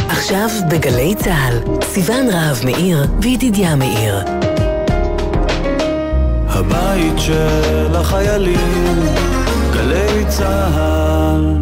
עכשיו בגלי צהל, סיוון רהב מאיר וידידיה מאיר. הבית של החיילים, גלי צהל.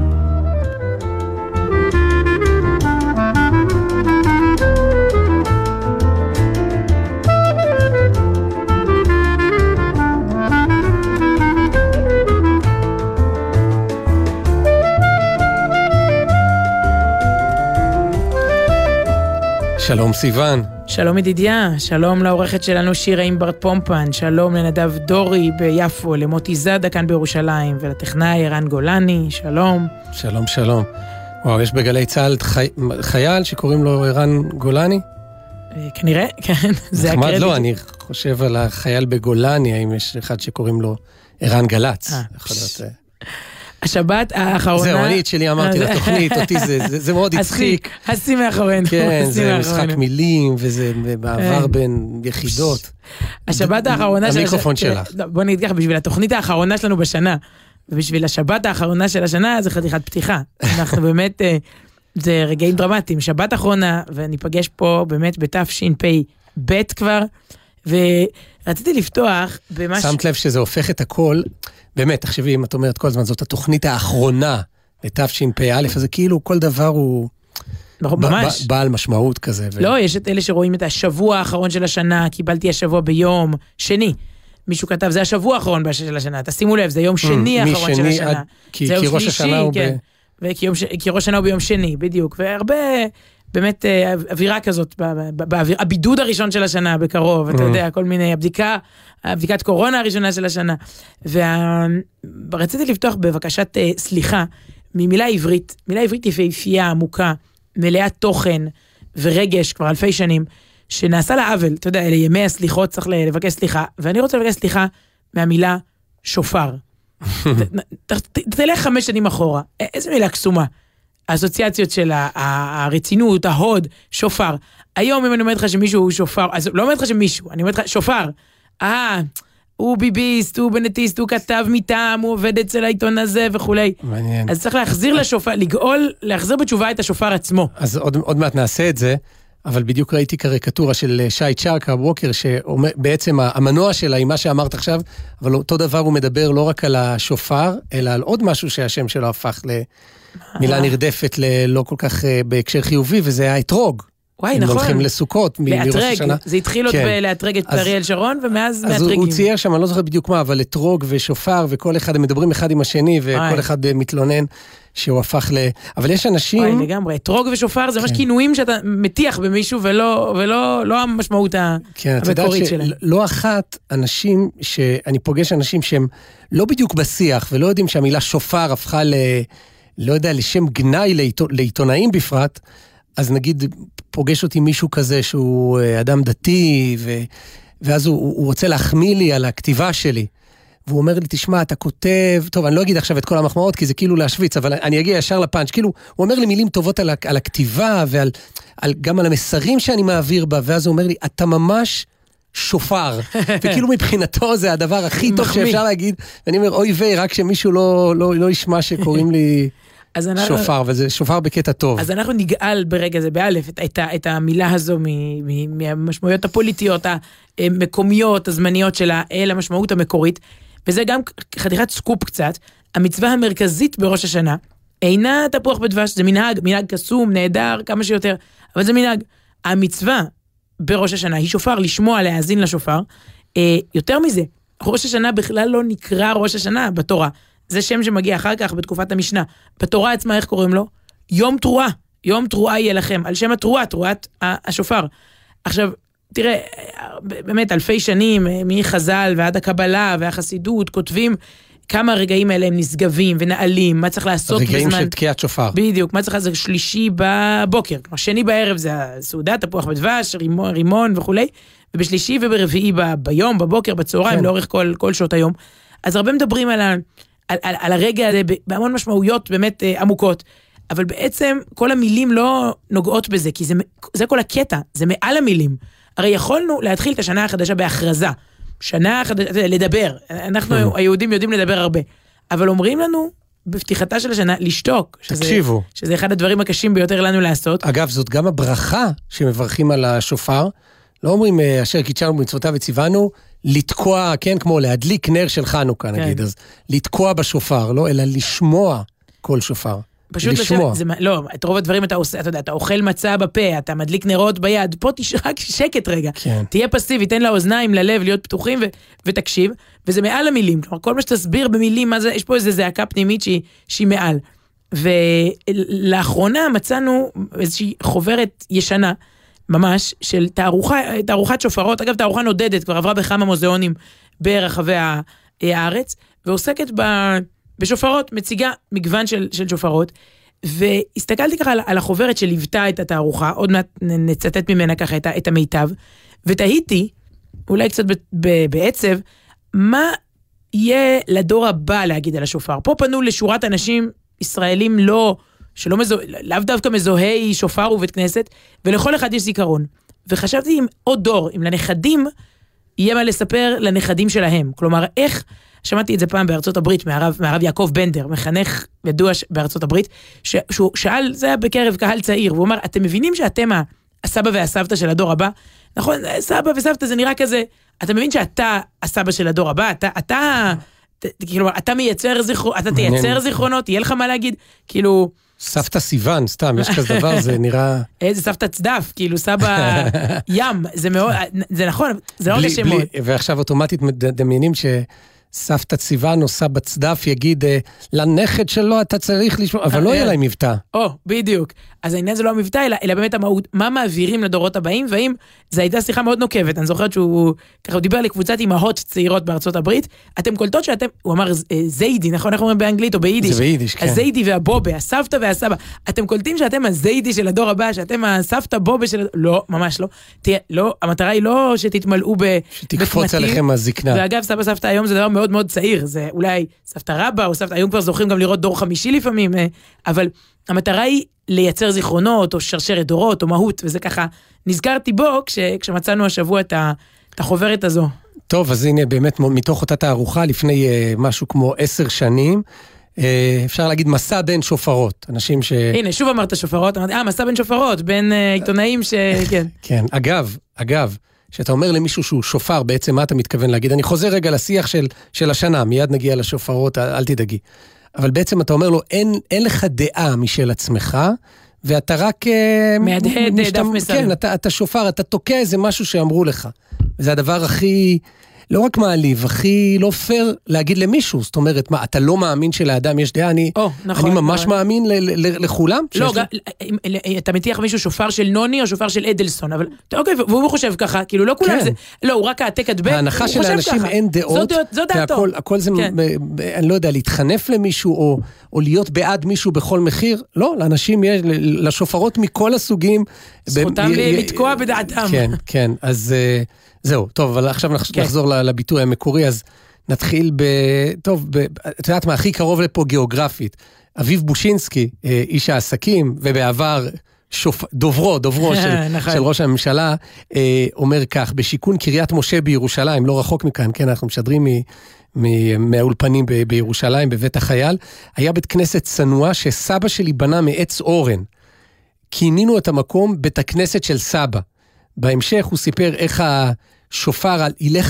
שלום סיוון. שלום ידידיה, שלום לעורכת שלנו שירה אימברט פומפן, שלום לנדב דורי ביפו, למוטי זדה כאן בירושלים, ולטכנאי ערן גולני, שלום. שלום, שלום. וואו, יש בגלי צהל חייל שקוראים לו ערן גולני? כנראה, כן, זה נחמד, הקרדיט. לא, אני חושב על החייל בגולני, האם יש אחד שקוראים לו ערן גלץ. יכול להיות... השבת האחרונה... זהו, אני את שלי אמרתי לתוכנית, אותי זה מאוד הצחיק. השיא מאחורינו. כן, זה משחק מילים, וזה בעבר בין יחידות. השבת האחרונה... המיקרופון שלך. בוא נגיד ככה, בשביל התוכנית האחרונה שלנו בשנה, ובשביל השבת האחרונה של השנה, זה חתיכת פתיחה. אנחנו באמת, זה רגעים דרמטיים. שבת האחרונה, וניפגש פה באמת בתשפ"ב כבר, ורציתי לפתוח במשהו... שמת לב שזה הופך את הכל... באמת, תחשבי, אם את אומרת כל הזמן, זאת התוכנית האחרונה לתשפ"א, אז זה כאילו כל דבר הוא ממש. בעל משמעות כזה. לא, יש את אלה שרואים את השבוע האחרון של השנה, קיבלתי השבוע ביום שני. מישהו כתב, זה השבוע האחרון של השנה, תשימו לב, זה יום שני האחרון של השנה. כי ראש השנה הוא כי ראש השנה הוא ביום שני, בדיוק. והרבה, באמת, אווירה כזאת, הבידוד הראשון של השנה בקרוב, אתה יודע, כל מיני, הבדיקת קורונה הראשונה של השנה. ורציתי לפתוח בבקשת סליחה, ממילה עברית, מילה עברית יפהפייה, עמוקה, מלאה תוכן ורגש כבר אלפי שנים, שנעשה לה עוול, אתה יודע, אלה ימי הסליחות, צריך לבקש סליחה, ואני רוצה לבקש סליחה מהמילה שופר. תלך 5 שנים אחורה, איזה מילה קסומה. האסוציאציות של הרצינות, ההוד, שופר. היום אם אני אומרת לך שמישהו הוא שופר, אז לא אומרת לך שמישהו, אני אומרת לך שופר. הוא ביביסט, הוא בנטיסט, הוא כתב מטעם, הוא עובד אצל העיתון הזה וכולי. מעניין. אז צריך להחזיר לשופר, לגאול, להחזיר בתשובה את השופר עצמו. אז עוד מעט נעשה את זה, אבל בדיוק ראיתי קריקטורה של שי צ'רקה הבוקר, שבעצם המנוע שלה היא מה שאמרת עכשיו, אבל אותו דבר הוא מדבר לא רק על השופר, אלא על עוד משהו שהשם שלו הפך למילה נרדפת ללא כל כך בהקשר חיובי, וזה היה אתרוג. וואי, נכון. הם הולכים לסוקות מראש השנה. זה התחיל עוד בלהטרג את אריאל שרון, ומאז מאתרגים. אז הוא צייר שם, אני לא זוכר בדיוק מה, אבל אתרוג ושופר, וכל אחד, הם מדברים אחד עם השני, וכל אחד מתלונן שהוא הפך אבל יש אנשים... וואי, לגמרי, אתרוג ושופר זה ממש כינויים שאתה מטיח במישהו, ולא המשמעות המקורית שלהם. לא אחת אנשים, אני פוגש אנשים שהם לא בדיוק בשיח, ולא יודעים שהמילה שופר הפכה לא יודע, לשם גנאי לעיתונאים בפרט, אז נגיד פוגש אותי מישהו כזה שהוא אדם דתי, ואז הוא רוצה להחמיא לי על הכתיבה שלי, והוא אומר לי, תשמע, אתה כותב, טוב, אני לא אגיד עכשיו את כל המחמאות, כי זה כאילו להשוויץ, אבל אני אגיע ישר לפאנץ', כאילו, הוא אומר לי מילים טובות על הכתיבה, וגם על המסרים שאני מעביר בה, ואז הוא אומר לי, אתה ממש שופר, וכאילו מבחינתו זה הדבר הכי טוב שאפשר להגיד, ואני אומר, אוי ויי, רק שמישהו לא ישמע שקוראים לי... שופר, וזה שופר בקטע טוב. אז אנחנו נגאל ברגע זה, באלף, את המילה הזו מהמשמעויות הפוליטיות, המקומיות, הזמניות שלה, אל המשמעות המקורית, וזה גם חתיכת סקופ קצת, המצווה המרכזית בראש השנה, אינה תפוח בדבש, זה מנהג קסום, נהדר, כמה שיותר, אבל זה מנהג. המצווה בראש השנה היא שופר, לשמוע, להאזין לשופר, יותר מזה, ראש השנה בכלל לא נקרא ראש השנה בתורה, זה שם שמגיע אחר כך בתקופת המשנה. בתורה עצמה, איך קוראים לו? יום תרועה. יום תרועה יהיה לכם. על שם התרועה, תרועת השופר. עכשיו, תראה, באמת אלפי שנים, מחז"ל ועד הקבלה והחסידות, כותבים כמה הרגעים האלה הם נשגבים ונעלים, מה צריך לעשות בזמן. רגעים של תקיעת שופר. בדיוק, מה צריך לעשות? שלישי בבוקר. כלומר, שני בערב זה הסעודה, תפוח בדבש, רימון וכולי, ובשלישי וברביעי ביום, בבוקר, בצהריים, לאורך כל שעות היום. אז הרבה מדברים על הרגע הזה, בהמון משמעויות באמת עמוקות, אבל בעצם כל המילים לא נוגעות בזה, כי זה כל הקטע, זה מעל המילים. הרי יכולנו להתחיל את השנה החדשה בהכרזה, שנה חדשה, לדבר, אנחנו היהודים יודעים לדבר הרבה, אבל אומרים לנו, בפתיחתה של השנה, לשתוק. תקשיבו. שזה אחד הדברים הקשים ביותר לנו לעשות. אגב, זאת גם הברכה שמברכים על השופר. לא אומרים, אשר קידשנו במצוותיו וציוונו, לתקוע, כן, כמו להדליק נר של חנוכה, נגיד, אז לתקוע בשופר, לא, אלא לשמוע כל שופר. פשוט לשמוע. לא, את רוב הדברים אתה עושה, אתה יודע, אתה אוכל מצה בפה, אתה מדליק נרות ביד, פה רק שקט רגע. כן. תהיה פסיבי, תן לאוזניים, ללב, להיות פתוחים ותקשיב, וזה מעל המילים, כלומר, כל מה שתסביר במילים, מה זה, יש פה איזו זעקה פנימית שהיא מעל. ולאחרונה מצאנו איזושהי חוברת ישנה, ממש, של תערוכת שופרות, אגב, תערוכה נודדת, כבר עברה בכמה מוזיאונים ברחבי הארץ, ועוסקת בשופרות, מציגה מגוון של שופרות, והסתכלתי ככה על החוברת שליוותה את התערוכה, עוד מעט נצטט ממנה ככה את המיטב, ותהיתי, אולי קצת בעצב, מה יהיה לדור הבא להגיד על השופר? פה פנו לשורת אנשים ישראלים לאו דווקא מזוהי שופר ובית כנסת, ולכל אחד יש זיכרון. וחשבתי עם עוד דור, אם לנכדים, יהיה מה לספר לנכדים שלהם. כלומר, איך, שמעתי את זה פעם בארצות הברית, מהרב יעקב בנדר, מחנך ידוע בארצות הברית, שהוא שאל, זה היה בקרב קהל צעיר, והוא אמר, אתם מבינים שאתם הסבא והסבתא של הדור הבא? נכון, סבא וסבתא זה נראה כזה, אתה מבין שאתה הסבא של הדור הבא? כאילו, אתה תייצר זיכרונות, יהיה לך מה להגיד? כאילו... סבתא סיוון, סתם, יש כזה דבר, זה נראה... איזה סבתא צדף, כאילו סבא ים, זה מאוד, זה נכון, זה לא קשה מאוד. ועכשיו אוטומטית מדמיינים שסבתא סיוון או סבא צדף יגיד, לנכד שלו אתה צריך לשמוע, אבל לא יהיה להם מבטא. בדיוק. אז העניין זה לא המבטא, אלא באמת המהות, מה מעבירים לדורות הבאים, והאם זו הייתה שיחה מאוד נוקבת, אני זוכרת שהוא, ככה הוא דיבר לקבוצת אימהות צעירות בארצות הברית, אתם קולטות שאתם, הוא אמר זיידי, נכון, איך אומרים באנגלית או ביידיש? זה ביידיש, כן. הזיידי והבובה, הסבתא והסבא, אתם קולטים שאתם הזיידי של הדור הבא, שאתם הסבתא בובה של... לא, ממש לא. לא, המטרה היא לא שתתמלאו שתקפוץ עליכם הזקנה. ואגב, סבא סבתא היום זה דבר מאוד מאוד צעיר, זה אולי סבתא רבא או סבתא, היום כבר זוכרים גם לראות דור חמישי לפעמים, אבל המטרה היא לייצר זיכרונות, או שרשרת דורות, או מהות, וזה ככה, נזכרתי בו כשמצאנו השבוע את החוברת הזו. טוב, אז הנה באמת מתוך אותה תערוכה, לפני משהו כמו 10 שנים, אפשר להגיד מסע בין שופרות, אנשים הנה, שוב אמרת שופרות, אמרתי, מסע בין שופרות, בין עיתונאים כן. כן, אגב, שאתה אומר למישהו שהוא שופר, בעצם מה אתה מתכוון להגיד? אני חוזר רגע לשיח של השנה, מיד נגיע לשופרות, אל תדאגי. אבל בעצם אתה אומר לו, אין לך דעה משל עצמך, ואתה רק... מהדהד דף מסרים. כן, אתה שופר, אתה תוקע איזה משהו שאמרו לך. וזה הדבר הכי, לא רק מעליב, הכי לא פייר להגיד למישהו. זאת אומרת, מה, אתה לא מאמין שלאדם יש דעה? אני ממש מאמין לכולם? לא, אתה מתיח מישהו שופר של נוני או שופר של אדלסון, אבל אוקיי, והוא חושב ככה, כאילו לא כולם זה, לא, הוא רק העתק הדבק, ההנחה של האנשים אין דעות, והכל זה, אני לא יודע, להתחנף למישהו או להיות בעד מישהו בכל מחיר, לא, לאנשים יש, לשופרות מכל הסוגים. זכותם לתקוע בדעתם. כן, אז... זהו, טוב, אבל עכשיו נחזור לביטוי המקורי, אז נתחיל טוב, את יודעת מה, הכי קרוב לפה גיאוגרפית, אביב בושינסקי, איש העסקים, ובעבר דוברו של ראש הממשלה, אומר כך, בשיכון קריית משה בירושלים, לא רחוק מכאן, כן, אנחנו משדרים מהאולפנים בירושלים, בבית החייל, היה בית כנסת צנוע שסבא שלי בנה מעץ אורן, כינינו את המקום בית הכנסת של סבא, בהמשך הוא סיפר איך השופר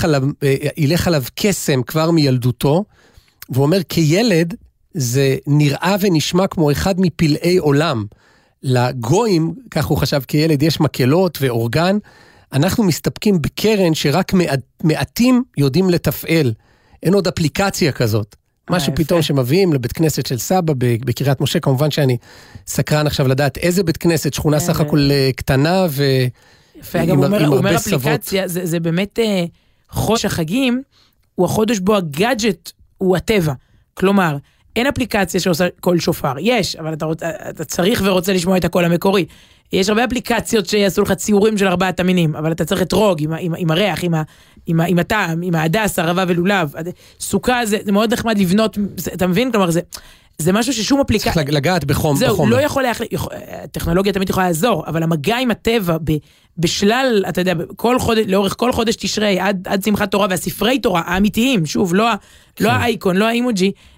ילך עליו קסם כבר מילדותו, והוא אומר, כילד זה נראה ונשמע כמו אחד מפלאי עולם. לגויים, כך הוא חשב כילד, יש מקלות ואורגן, אנחנו מסתפקים בקרן שרק מעטים יודעים לתפעל. אין עוד אפליקציה כזאת. משהו פתאום שמביאים לבית כנסת של סבא בקריית משה, כמובן שאני סקרן עכשיו לדעת איזה בית כנסת, שכונה סך הכל קטנה יפה, אגב, הוא אומר אפליקציה, זה באמת חודש החגים, הוא החודש בו הגאדג'ט הוא הטבע. כלומר, אין אפליקציה שעושה קול שופר. יש, אבל אתה צריך ורוצה לשמוע את הקול המקורי. יש הרבה אפליקציות שיעשו לך ציורים של 4 המינים, אבל אתה צריך אתרוג עם הריח, עם הטעם, עם ההדס, ערבה ולולב. סוכה זה מאוד נחמד לבנות, אתה מבין? כלומר, זה משהו ששום אפליקציה... צריך לגעת בחום. זהו, לא יכול הטכנולוגיה תמיד יכולה לעזור, אבל המגע עם הטבע בשלל, אתה יודע, לאורך כל חודש תשרי, עד שמחת תורה והספרי תורה האמיתיים, שוב, לא האייקון, לא האימוג'י,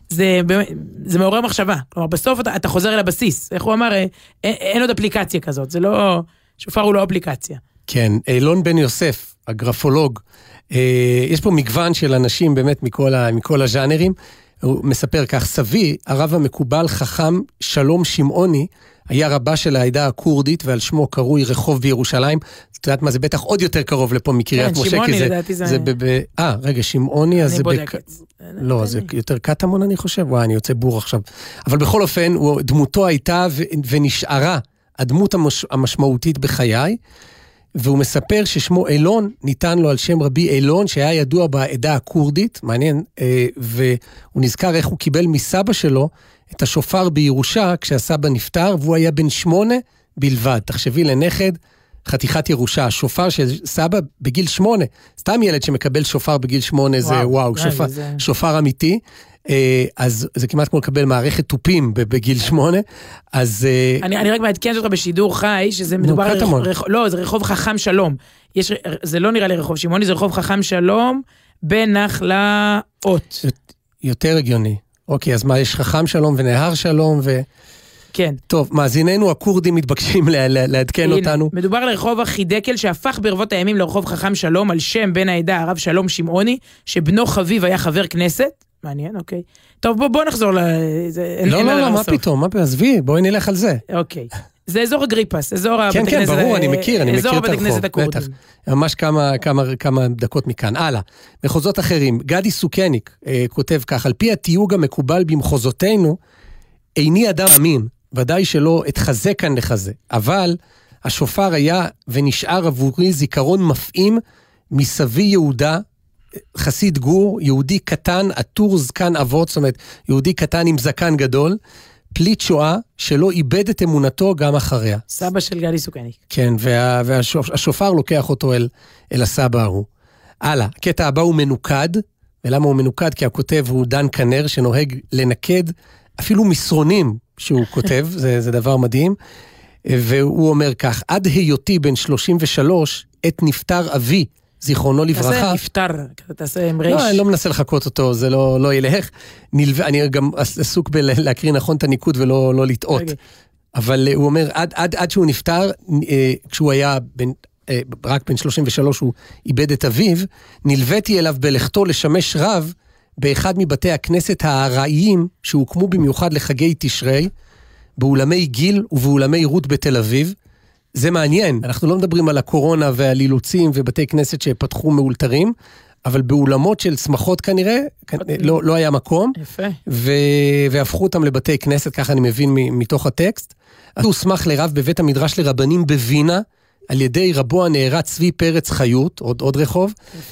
זה מעורר מחשבה. כלומר, בסוף אתה חוזר אל הבסיס. איך הוא אמר, אין עוד אפליקציה כזאת, זה לא, שופר הוא לא אפליקציה. כן, אילון בן יוסף, הגרפולוג, יש פה מגוון של אנשים באמת מכל הז'אנרים, הוא מספר כך, סבי, הרב המקובל חכם שלום שמעוני, היה רבה של העדה הקורדית, ועל שמו קרוי רחוב בירושלים. את יודעת מה, זה בטח עוד יותר קרוב לפה מקריית משה. כן, שמעוני לדעתי זה... רגע, שמעוני, אז זה... אני בודקת. לא, זה יותר קטמון אני חושב, וואי, אני יוצא בור עכשיו. אבל בכל אופן, דמותו הייתה ונשארה הדמות המשמעותית בחיי, והוא מספר ששמו אילון ניתן לו על שם רבי אילון, שהיה ידוע בעדה הקורדית, מעניין, והוא נזכר איך הוא קיבל מסבא שלו את השופר בירושה כשהסבא נפטר, והוא היה בן 8 בלבד. תחשבי לנכד, חתיכת ירושה, השופר של סבא בגיל 8, סתם ילד שמקבל שופר בגיל 8, זה וואו, שופר אמיתי, אז זה כמעט כמו לקבל מערכת טופים בגיל 8, אז... אני רק מעדכן אותך בשידור חי, שזה מדובר... לא, זה רחוב חכם שלום. זה לא נראה לי רחוב שמעוני, זה רחוב חכם שלום, בנחלאות. יותר הגיוני. אוקיי, אז מה, יש חכם שלום ונהר שלום כן. טוב, מאזיננו הקורדים מתבקשים לעדכן אותנו. מדובר לרחוב החידקל שהפך ברבות הימים לרחוב חכם שלום, על שם בן העדה הרב שלום שמעוני, שבנו חביב היה חבר כנסת. מעניין, אוקיי. טוב, בוא נחזור לא, מה פתאום, עזבי, בואי נלך על זה. אוקיי. זה אזור הגריפס, אזור הבתי כנסת. כן, ברור, אני מכיר את הרחוב, בטח. ממש כמה דקות מכאן. הלאה, מחוזות אחרים. גדי סוכניק כותב כך, על פי התיוג המקובל במחוזותינו, איני אדם אמין, ודאי שלא אתחזה כאן לחזה, אבל השופר היה ונשאר עבורי זיכרון מפעים מסבי יהודה, חסיד גור, יהודי קטן, עטור זקן אבות, זאת אומרת, יהודי קטן עם זקן גדול, פליט שואה שלא איבד את אמונתו גם אחריה. סבא של גדי סוכניק. כן, והשופר לוקח אותו אל הסבא ההוא. הלאה, הקטע הבא הוא מנוקד, ולמה הוא מנוקד? כי הכותב הוא דן כנר, שנוהג לנקד אפילו מסרונים שהוא כותב, זה דבר מדהים, והוא אומר כך, עד היותי בן 33, עת נפטר אבי, זיכרונו לברכה. תעשה נפטר, תעשה עם רייש. לא, אני לא מנסה לחכות אותו, זה לא ילך. אני גם עסוק בלהקריא נכון את הניקוד ולא לטעות. אבל הוא אומר, עד שהוא נפטר, כשהוא היה רק בן 33, הוא איבד את אביו, נלוויתי אליו בלכתו לשמש רב, באחד מבתי הכנסת הארעיים, שהוקמו במיוחד לחגי תשרי, באולמי גיל ובאולמי רות בתל אביב. זה מעניין, אנחנו לא מדברים על הקורונה והלילוצים ובתי כנסת שפתחו מאולתרים, אבל באולמות של שמחות כנראה, לא היה מקום, והפכו אותם לבתי כנסת, ככה אני מבין מתוך הטקסט. הוא הוסמך לרב בבית המדרש לרבנים בווינה, על ידי רבו הנערה צבי פרץ חיות, עוד רחוב.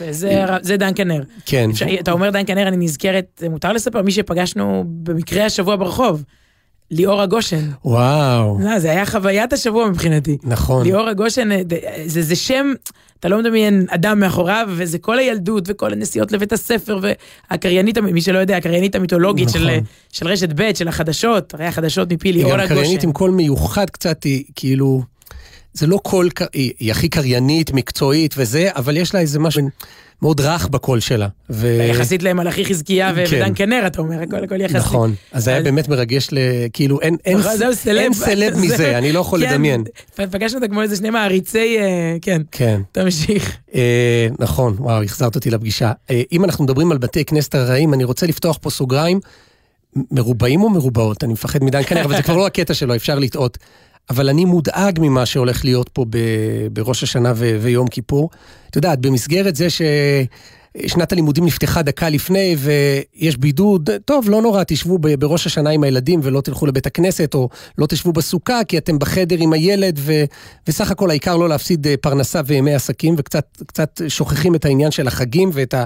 זה דן כנר. כן. אתה אומר דן כנר, אני נזכרת, מותר לספר, מי שפגשנו במקרה השבוע ברחוב, ליאור הגושן. וואו. זה היה חוויית השבוע מבחינתי. נכון. ליאור הגושן, זה שם, אתה לא מדמיין אדם מאחוריו, וזה כל הילדות וכל הנסיעות לבית הספר, והקריינית, מי שלא יודע, הקריינית המיתולוגית של רשת ב' של החדשות, הרי החדשות מפי ליאור הגושן. היא גם קריינית עם קול מיוחד קצת, היא כאילו, זה לא קול, היא הכי קריינית, מקצועית וזה, אבל יש לה איזה משהו מאוד רך בקול שלה. יחסית להם על אחי חזקיה ודן כנר, אתה אומר, הכל יחסית. נכון, אז זה היה באמת מרגש, כאילו, אין סלב מזה, אני לא יכול לדמיין. פגשנו אותה כמו איזה שני מעריצי, כן, תמשיך. נכון, וואו, החזרת אותי לפגישה. אם אנחנו מדברים על בתי כנסת הרעים, אני רוצה לפתוח פה סוגריים, מרובעים או מרובעות, אני מפחד מדן כנר, אבל זה כבר לא הקטע שלו, אפשר לטעות. אבל אני מודאג ממה שהולך להיות פה בראש השנה ויום כיפור. אתה יודעת, במסגרת זה ששנת הלימודים נפתחה דקה לפני ויש בידוד, טוב, לא נורא, תשבו בראש השנה עם הילדים ולא תלכו לבית הכנסת, או לא תשבו בסוכה, כי אתם בחדר עם הילד, וסך הכל העיקר לא להפסיד פרנסה וימי עסקים, וקצת שוכחים את העניין של החגים ואת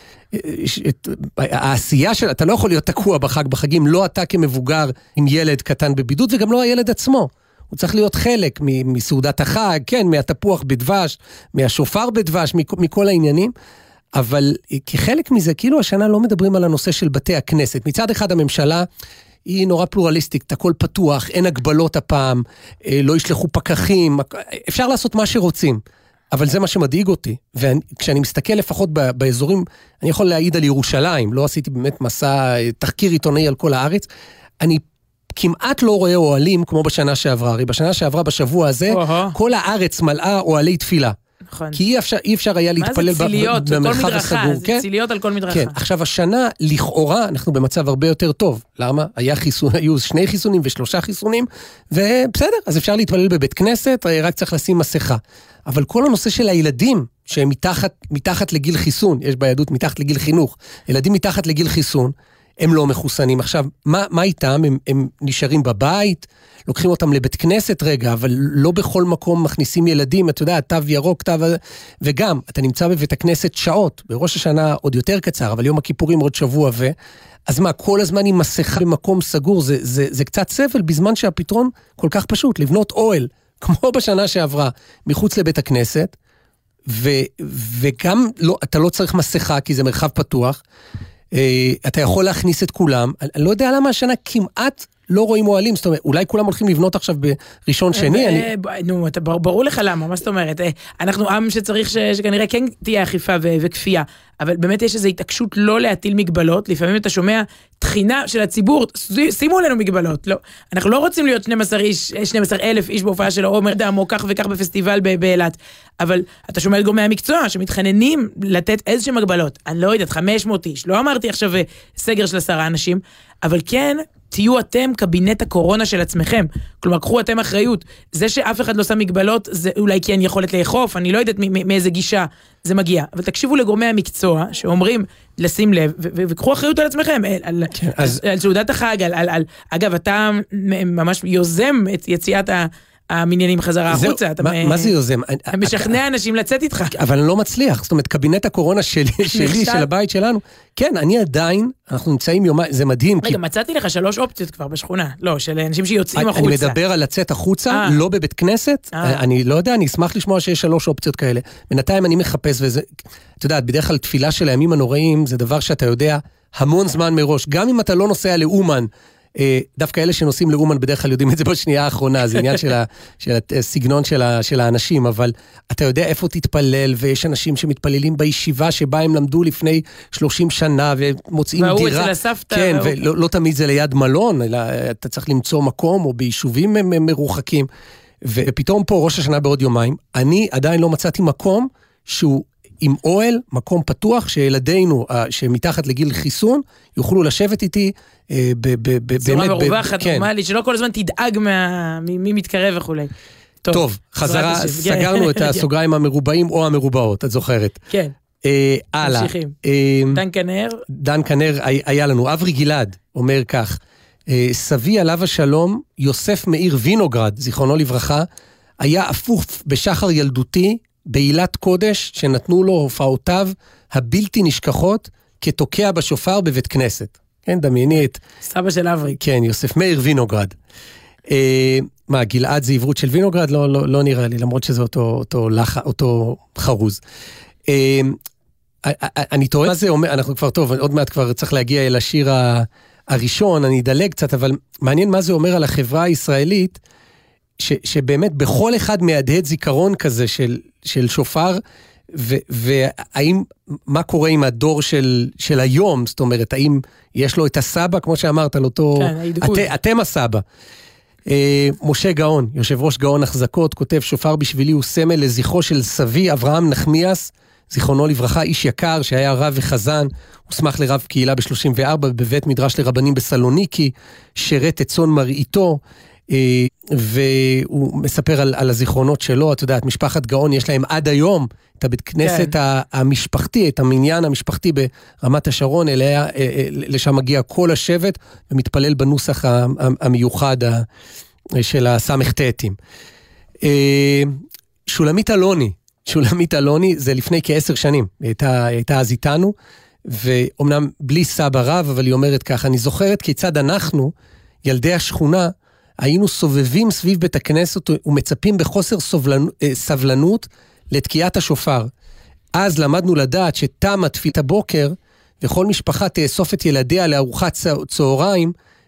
העשייה של, אתה לא יכול להיות תקוע בחגים, לא אתה כמבוגר עם ילד קטן בבידוד, וגם לא הילד עצמו. הוא צריך להיות חלק מסעודת החג, כן, מהתפוח בדבש, מהשופר בדבש, מכל העניינים, אבל כחלק מזה, כאילו השנה לא מדברים על הנושא של בתי הכנסת. מצד אחד הממשלה היא נורא פלורליסטית, הכל פתוח, אין הגבלות הפעם, לא ישלחו פקחים, אפשר לעשות מה שרוצים. אבל זה מה שמדאיג אותי, וכשאני מסתכל לפחות באזורים, אני יכול להעיד על ירושלים, לא עשיתי באמת מסע, תחקיר עיתונאי על כל הארץ, אני כמעט לא רואה אוהלים כמו בשנה שעברה, הרי בשנה שעברה בשבוע הזה, כל הארץ מלאה אוהלי תפילה. נכון. כי אי אפשר היה להתפלל במרחב הסגור. זה ציליות על כל מדרכה. כן, עכשיו השנה, לכאורה, אנחנו במצב הרבה יותר טוב. למה? היו 2 חיסונים ו3 חיסונים, ובסדר, אז אפשר להתפלל בבית כנסת, רק צריך לשים מסכה. אבל כל הנושא של הילדים, שהם מתחת לגיל חיסון, יש ביהדות מתחת לגיל חינוך, ילדים מתחת לגיל חיסון, הם לא מחוסנים. עכשיו, מה איתם? הם נשארים בבית, לוקחים אותם לבית כנסת רגע, אבל לא בכל מקום מכניסים ילדים, אתה יודע, תו ירוק, וגם, אתה נמצא בבית הכנסת שעות, בראש השנה עוד יותר קצר, אבל יום הכיפורים עוד שבוע אז מה, כל הזמן עם מסכה במקום סגור, זה קצת סבל, בזמן שהפתרון כל כך פשוט, לבנות אוהל, כמו בשנה שעברה, מחוץ לבית הכנסת, וגם אתה לא צריך מסכה, כי זה מרחב פתוח, אתה יכול להכניס את כולם, אני לא יודע למה השנה כמעט לא רואים אוהלים, זאת אומרת, אולי כולם הולכים לבנות עכשיו בראשון שני. נו, ברור לך למה, מה זאת אומרת? אנחנו עם שצריך שכנראה כן תהיה אכיפה וכפייה, אבל באמת יש איזו התעקשות לא להטיל מגבלות, לפעמים אתה שומע תחינה של הציבור, שימו לנו מגבלות, לא, אנחנו לא רוצים להיות 12,000 איש בהופעה של עומר דם, או כך וכך בפסטיבל באילת, אבל אתה שומע את גורמי המקצוע שמתחננים לתת איזשהם מגבלות, אני לא יודעת, 500 איש, לא אמרתי עכשיו סגר של 10 אנשים, אבל כן, תהיו אתם קבינט הקורונה של עצמכם, כלומר, קחו אתם אחריות, זה שאף אחד לא שם מגבלות, זה אולי כן יכולת לאכוף, אני לא יודעת מאיזה גישה זה מגיע, אבל תקשיבו לגורמי המקצוע, שאומרים לשים לב, וקחו אחריות על עצמכם, על סעודת החג, אגב, אתה ממש יוזם את יציאת המניינים חזרה החוצה. מה זה יוזם? משכנע אנשים לצאת איתך. אבל אני לא מצליח, זאת אומרת, קבינט הקורונה שלי, של הבית שלנו, כן, אני עדיין, אנחנו נמצאים יומיים, זה מדהים. רגע, מצאתי לך 3 אופציות כבר בשכונה, לא, של אנשים שיוצאים החוצה. אני מדבר על לצאת החוצה, לא בבית כנסת, אני לא יודע, אני אשמח לשמוע שיש 3 אופציות כאלה. בינתיים אני מחפש, וזה, אתה יודע, בדרך כלל תפילה של הימים הנוראים, זה דבר שאתה יודע המון זמן מראש, גם אם אתה לא נוסע לאומן, דווקא אלה שנוסעים לאומן בדרך כלל יודעים את זה בשנייה האחרונה, זה עניין של הסגנון של האנשים, אבל אתה יודע איפה תתפלל, ויש אנשים שמתפללים בישיבה שבה הם למדו לפני 30 שנה, ומוצאים דירה. והוא אצל הסבתא. כן, ולא תמיד זה ליד מלון, אלא אתה צריך למצוא מקום, או ביישובים מרוחקים, ופתאום פה ראש השנה בעוד יומיים, אני עדיין לא מצאתי מקום שהוא עם אוהל, מקום פתוח, שילדינו שמתחת לגיל חיסון, יוכלו לשבת איתי צורה מרווחת, נורמלית, שלא כל הזמן תדאג מי מתקרב וכו'. טוב, חזרה, סגרנו את הסוגריים המרובעים או המרובעות, את זוכרת. כן. הלאה. ממשיכים. דן כנר היה לנו. אברי גלעד אומר כך, סבי עליו השלום, יוסף מאיר וינוגרד, זיכרונו לברכה, היה אפוף בשחר ילדותי, בעילת קודש שנתנו לו הופעותיו הבלתי נשכחות כתוקע בשופר בבית כנסת. כן, דמייני את... סבא של אברי. כן, יוסף מאיר וינוגרד. מה, גלעד זה עברות של וינוגרד? לא נראה לי, למרות שזה אותו חרוז. אני טועה מה זה אומר, אנחנו כבר טוב, עוד מעט כבר צריך להגיע אל השיר הראשון, אני אדלג קצת, אבל מעניין מה זה אומר על החברה הישראלית, שבאמת בכל אחד מהדהד זיכרון כזה של שופר, והאם, מה קורה עם הדור של היום, זאת אומרת, האם יש לו את הסבא, כמו שאמרת, על אותו, אתם הסבא. משה גאון, יושב ראש גאון החזקות, כותב, שופר בשבילי הוא סמל לזכרו של סבי אברהם נחמיאס, זיכרונו לברכה, איש יקר שהיה רב וחזן, הוסמך לרב קהילה ב-34, בבית מדרש לרבנים בסלוניקי, שירת את צאן מרעיתו, והוא מספר על הזיכרונות שלו, אתה יודע, את משפחת גאון, יש להם עד היום את הבית כנסת המשפחתי, את המניין המשפחתי ברמת השרון, לשם מגיע כל השבט, ומתפלל בנוסח המיוחד של הסמ"ך-ת"ים. שולמית אלוני, זה לפני כ10 שנים, הייתה אז איתנו, ואומנם בלי סבא רב, אבל היא אומרת ככה, אני זוכרת כיצד אנחנו, ילדי השכונה, היינו סובבים סביב בית הכנסת ומצפים בחוסר סבלנות לתקיעת השופר. אז למדנו לדעת שתם תפילת הבוקר, וכל משפחה תאסוף את ילדיה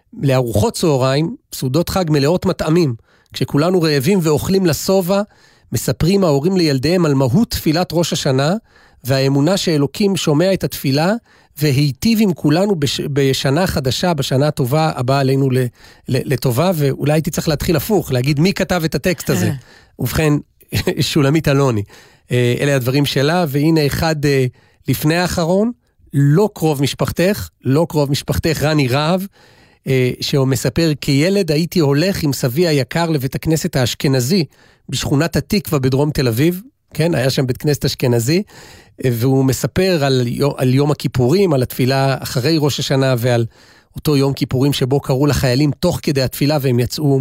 לארוחות צהריים, סעודות חג מלאות מטעמים. כשכולנו רעבים ואוכלים לשובע, מספרים ההורים לילדיהם על מהות תפילת ראש השנה, והאמונה שאלוקים שומע את התפילה, והיטיב עם כולנו בשנה חדשה, בשנה הטובה הבאה עלינו לטובה, ואולי הייתי צריך להתחיל הפוך, להגיד מי כתב את הטקסט הזה. ובכן, שולמית אלוני. אלה הדברים שלה, והנה אחד לפני האחרון, לא קרוב משפחתך, רני רהב, שהוא מספר, כילד הייתי הולך עם סבי היקר לבית הכנסת האשכנזי, בשכונת התקווה בדרום תל אביב, כן, היה שם בית כנסת אשכנזי, והוא מספר על יום הכיפורים, על התפילה אחרי ראש השנה, ועל אותו יום כיפורים שבו קראו לחיילים תוך כדי התפילה, והם יצאו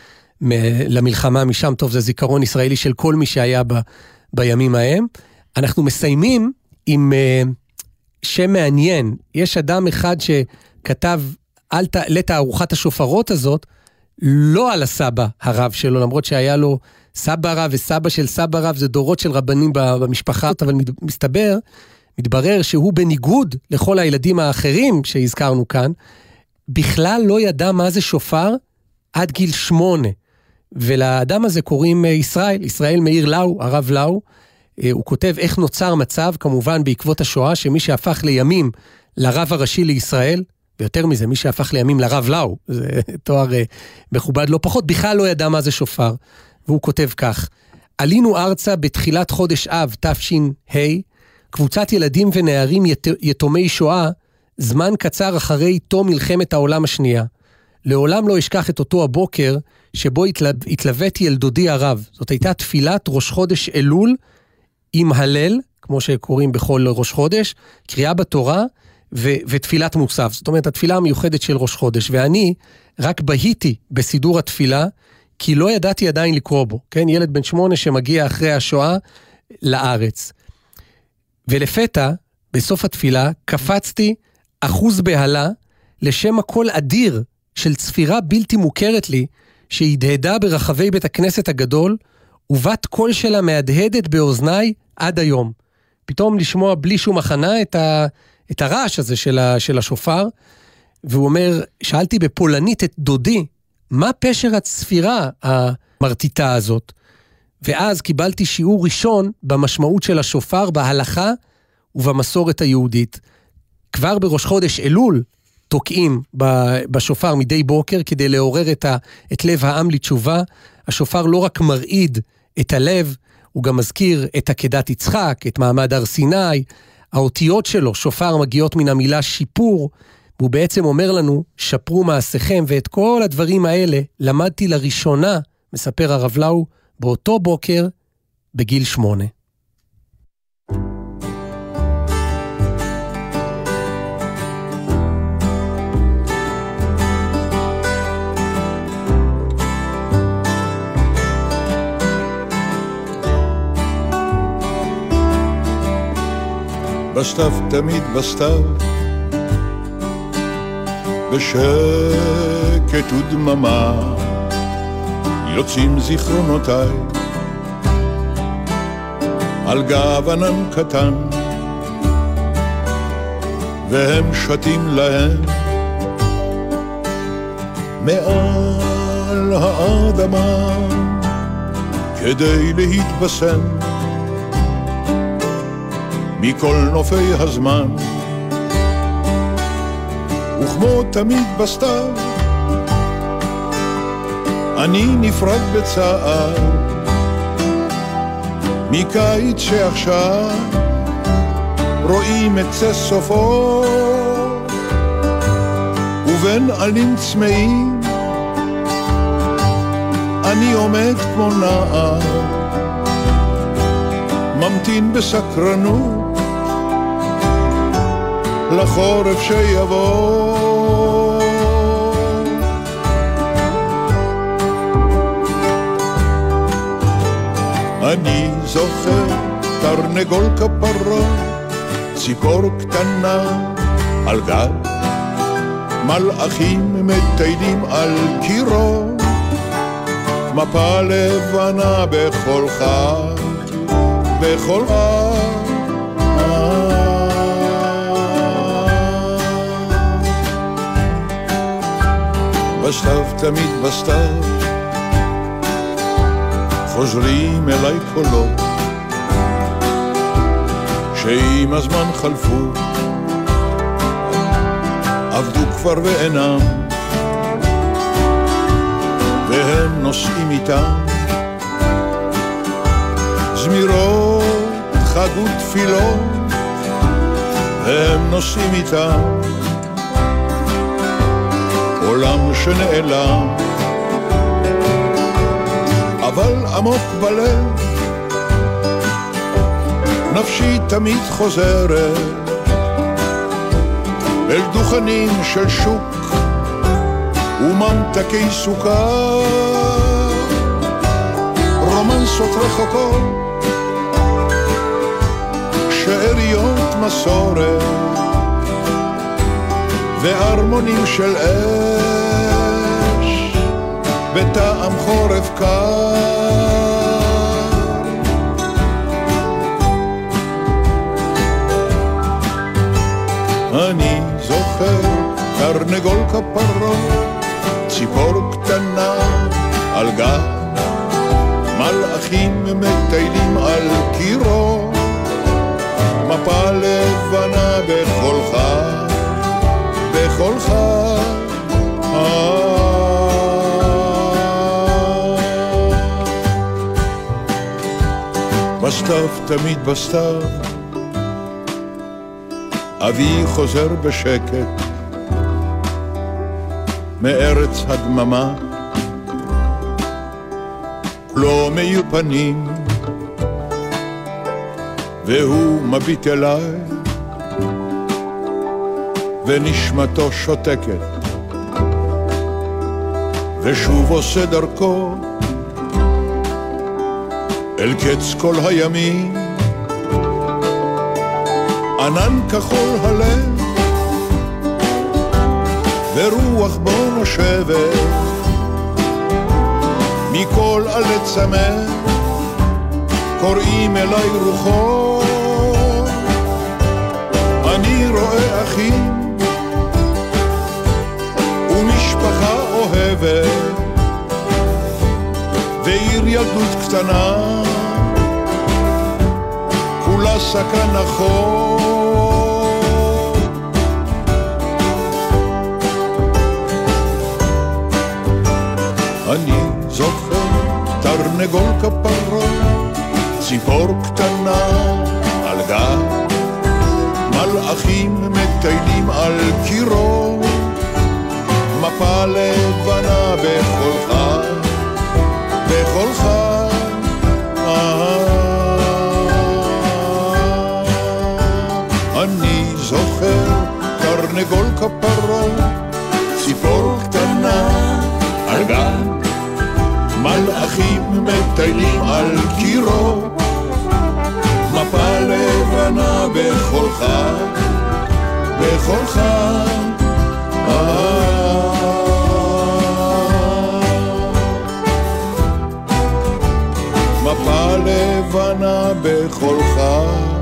למלחמה משם. טוב, זה זיכרון ישראלי של כל מי שהיה בימים ההם. אנחנו מסיימים עם שם מעניין. יש אדם אחד שכתב לתערוכת השופרות הזאת, לא על הסבא הרב שלו, למרות שהיה לו סבא רב וסבא של סבא רב, זה דורות של רבנים במשפחה, אבל מתברר שהוא בניגוד לכל הילדים האחרים שהזכרנו כאן, בכלל לא ידע מה זה שופר עד גיל 8. ולאדם הזה קוראים ישראל מאיר לאו, הרב לאו. הוא כותב איך נוצר מצב, כמובן בעקבות השואה, שמי שהפך לימים לרב הראשי לישראל, ויותר מזה, מי שהפך לימים לרב לאו, זה תואר מכובד לא פחות, בכלל לא ידע מה זה שופר. והוא כותב כך: עלינו ארצה בתחילת חודש אב תש"ה, קבוצת ילדים ונערים יתומי שואה, זמן קצר אחרי תום מלחמת העולם השנייה. לעולם לא אשכח את אותו הבוקר שבו התלוויתי אל דודי הרב. זאת הייתה תפילת ראש חודש אלול עם הלל, כמו שקוראים בכל ראש חודש, קריאה בתורה ותפילת מוסף. זאת אומרת, התפילה המיוחדת של ראש חודש. ואני רק בהיתי בסידור התפילה, כי לא ידעתי עדיין לקרוא בו. כן? ילד בן 8 שמגיע אחרי השואה לארץ. ולפתע, בסוף התפילה, קפצתי אחוז בהלה לשם הקול אדיר של צפירה בלתי מוכרת לי, שהדהדה ברחבי בית הכנסת הגדול, ובת קול שלה מהדהדת באוזניי עד היום. פתאום לשמוע בלי שום הכנה את הרעש הזה של השופר, והוא אומר, שאלתי בפולנית את דודי, מה פשר הצפירה המרטיטה הזאת? ואז קיבלתי שיעור ראשון במשמעות של השופר, בהלכה ובמסורת היהודית. כבר בראש חודש אלול תוקעים בשופר מדי בוקר כדי לעורר את לב העם לתשובה. השופר לא רק מרעיד את הלב, הוא גם מזכיר את עקדת יצחק, את מעמד הר סיני. האותיות שלו, שופר, מגיעות מן המילה שיפור, והוא בעצם אומר לנו, שפרו מעשיכם, ואת כל הדברים האלה למדתי לראשונה, מספר הרב לאו, באותו בוקר, בגיל 8. בסתיו תמיד בסתיו, בשקט ודממה, יוצאים זיכרונותיי על גב ענן קטן, והם שתים להם מעל האדמה כדי להתבשם מכל נופי הזמן. וכמו תמיד בסתיו אני נפרד בצער מקיץ שעכשיו רואים את סופו, ובין עלים צמאים אני עומד כמו נער, ממתין בסקרנות לחורף שיבוא. אני זוכר תרנגול כפרה, ציפור קטנה על גג, מלאכים מטיילים על קירו, מפה לבנה בכל חג, בכל חג. בסתיו תמיד בסתיו, חוזרים אליי קולות שעם הזמן חלפו, עבדו כבר ואינם, והם נושאים איתם זמירות, חג ותפילות, והם נושאים איתם עולם שנעלם, אבל עמוק בלב נפשי תמיד חוזרת אל דוכנים של שוק וממתקי סוכר, רומנסות רחוקות, שאריות מסורת והרמונים של אש בטעם חורף קר. אני זוכר תרנגול כפרות, ציפור קטנה על גב, מלאכים מטיילים על קירו, מפה לבנה בכל חג, בכל חג. בסתיו, תמיד בסתיו, אבי חוזר בשקט מארץ הדממה, לא מאיר פנים, והוא מביט אליי ונשמתו שותקת, ושוב עושה דרכו אל קץ כל הימים, ענן כחול הלב ורוח בו נושבת מכל עלי צמא, קוראים אליי רוחו, אני רואה אחים ומשפחה אוהבת ועיר ילדות קטנה, כולה סכן החור. אני זוכר תרנגול כפרות, ציפור קטנה על גב, מלאכים מטיילים על קירו, מפה לבנה בכל חג, בכל חג. אני זוכר תרנגול כפרות, ציפור קטנה על גב, מלאכים מטיילים על קירו, מפה לבנה בכל חג, בכל חג. מפה לבנה בכל חג.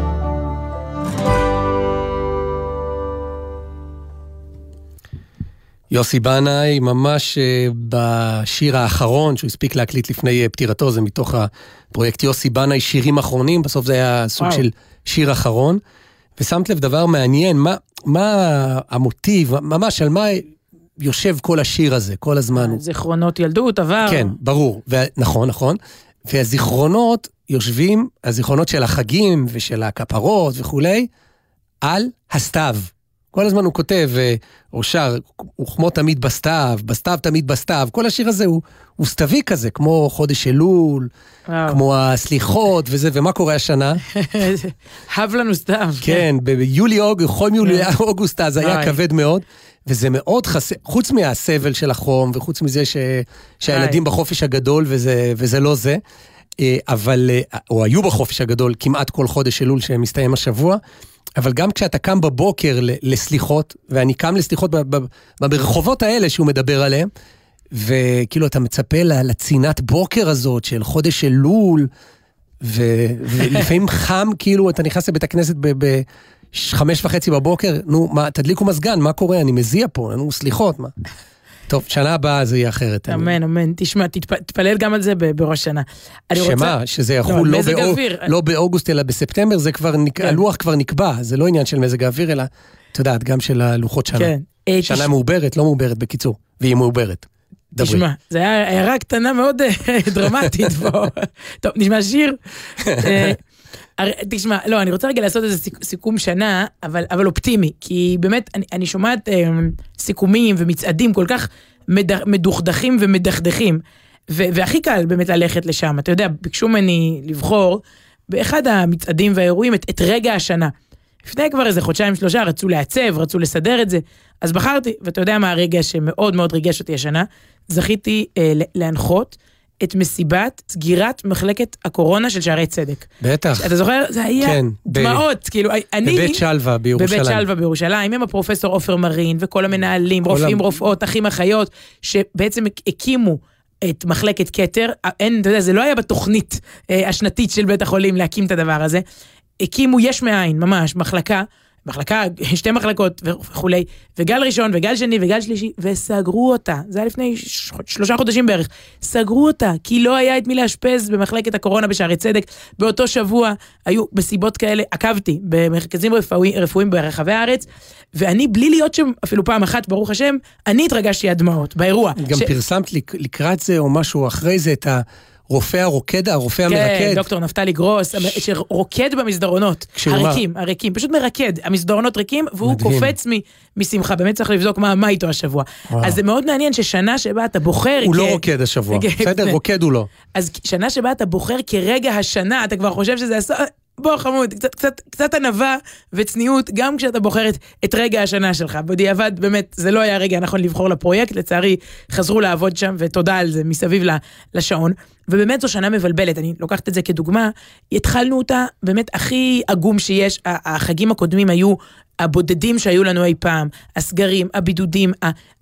יוסי בנאי, ממש בשיר האחרון שהוא הספיק להקליט לפני פטירתו, זה מתוך הפרויקט יוסי בנאי שירים אחרונים, בסוף זה היה סוג של שיר אחרון, ושמת לב דבר מעניין, מה המוטיב, ממש על מה יושב כל השיר הזה, כל הזמן. זיכרונות ילדות, עבר. כן, ברור, נכון, נכון, והזיכרונות יושבים, הזיכרונות של החגים ושל הכפרות וכולי, על הסתיו. כל הזמן הוא כותב, או שר, הוא כמו תמיד בסתיו, בסתיו תמיד בסתיו, כל השיר הזה הוא סתווי כזה, כמו חודש אלול, כמו הסליחות וזה, ומה קורה השנה? הב לנו סתיו. כן, ביולי חום יולי אוגוסט, אז היה כבד מאוד, וזה מאוד חסר, חוץ מהסבל של החום, וחוץ מזה שהילדים בחופש הגדול, וזה לא זה, אבל, או היו בחופש הגדול כמעט כל חודש אלול שמסתיים השבוע, אבל גם כשאתה קם בבוקר לסליחות, ואני קם לסליחות ברחובות האלה שהוא מדבר עליהם, וכאילו אתה מצפה לצינת בוקר הזאת של חודש אלול, ולפעמים חם, כאילו אתה נכנס לבית הכנסת ב5:30 בבוקר, נו, תדליקו מזגן, מה קורה? אני מזיע פה, נו, סליחות, מה? טוב, שנה הבאה זה יהיה אחרת. אמן, אמן. תשמע, תתפלל גם על זה בראש שנה. שמה, שזה יחול לא באוגוסט אלא בספטמבר, זה כבר, הלוח כבר נקבע, זה לא עניין של מזג האוויר, אלא, אתה יודעת, גם של הלוחות שנה. שנה מעוברת, לא מעוברת בקיצור, והיא מעוברת. תשמע, זה היה הערה קטנה מאוד דרמטית פה. טוב, נשמע שיר. תשמע, לא, אני רוצה רגע לעשות איזה סיכום שנה, אבל אופטימי, כי באמת אני שומעת סיכומים ומצעדים כל כך מדוכדכים ומדכדכים, והכי קל באמת ללכת לשם. אתה יודע, ביקשו ממני לבחור באחד המצעדים והאירועים את רגע השנה. לפני כבר איזה חודשיים 3 רצו לעצב, רצו לסדר את זה, אז בחרתי, ואתה יודע מה הרגע שמאוד מאוד ריגש אותי השנה, זכיתי להנחות את מסיבת סגירת מחלקת הקורונה של שערי צדק. בטח. אתה זוכר? זה היה דמעות, כאילו, אני... בבית שלווה בירושלים. בבית שלווה בירושלים, עם הפרופסור עופר מרין, וכל המנהלים, רופאים, רופאות, אחים, אחיות, שבעצם הקימו את מחלקת כתר, אתה יודע, זה לא היה בתוכנית השנתית של בית החולים להקים את הדבר הזה, הקימו יש מאין, ממש, מחלקה, 2 מחלקות וכולי, וגל ראשון וגל שני וגל שלישי, וסגרו אותה, זה היה לפני 3 חודשים בערך, סגרו אותה, כי לא היה את מי להשפז במחלקת הקורונה בשערי צדק, באותו שבוע היו בסיבות כאלה, עקבתי במרכזים רפואיים ברחבי הארץ, ואני בלי להיות שם אפילו פעם אחת, ברוך השם, אני התרגשתי עד דמעות באירוע. גם פרסמת לקראת זה או משהו אחרי זה את הרופא הרוקד, הרופא המרקד. כן, דוקטור נפתלי גרוס, שרוקד במסדרונות, הריקים, פשוט מרקד, המסדרונות ריקים, והוא קופץ משמחה, באמת צריך לבדוק מה איתו השבוע. אז זה מאוד מעניין ששנה שבה אתה בוחר... הוא לא רוקד השבוע, בסדר, רוקד הוא לא. אז שנה שבה אתה בוחר כרגע השנה, אתה כבר חושב שזה... בוא חמוד, קצת ענווה וצניעות, גם כשאתה בוחר את רגע השנה שלך. בדיעבד, באמת, זה לא היה רגע נכון לבחור לפרויקט, לצערי חזרו לעבוד שם, ותודה על זה, מסביב לשעון. ובאמת זו שנה מבלבלת, אני לוקחת את זה כדוגמה, התחלנו אותה באמת הכי עגום שיש, החגים הקודמים היו הבודדים שהיו לנו אי פעם, הסגרים, הבידודים,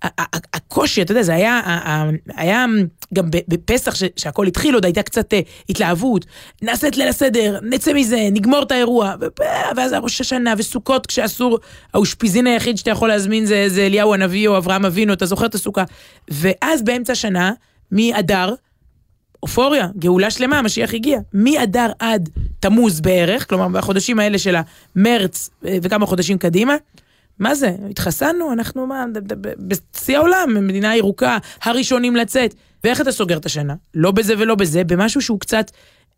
הקושי, אתה יודע, זה היה גם בפסח שהכל התחיל, עוד הייתה קצת התלהבות, נעשה את ליל הסדר, נצא מזה, נגמור את האירוע, ואז ראש השנה וסוכות כשאסור, האושפיזין היחיד שאתה יכול להזמין זה אליהו הנביא או אברהם אבינו, אתה זוכר את הסוכה, ואז באמצע שנה, מאדר, אופוריה, גאולה שלמה, המשיח הגיע. מאדר עד תמוז בערך, כלומר, בחודשים האלה של המרץ וכמה חודשים קדימה, מה זה? התחסנו, אנחנו בשיא העולם, מדינה ירוקה, הראשונים לצאת. ואיך אתה סוגר את השנה? לא בזה ולא בזה, במשהו שהוא קצת...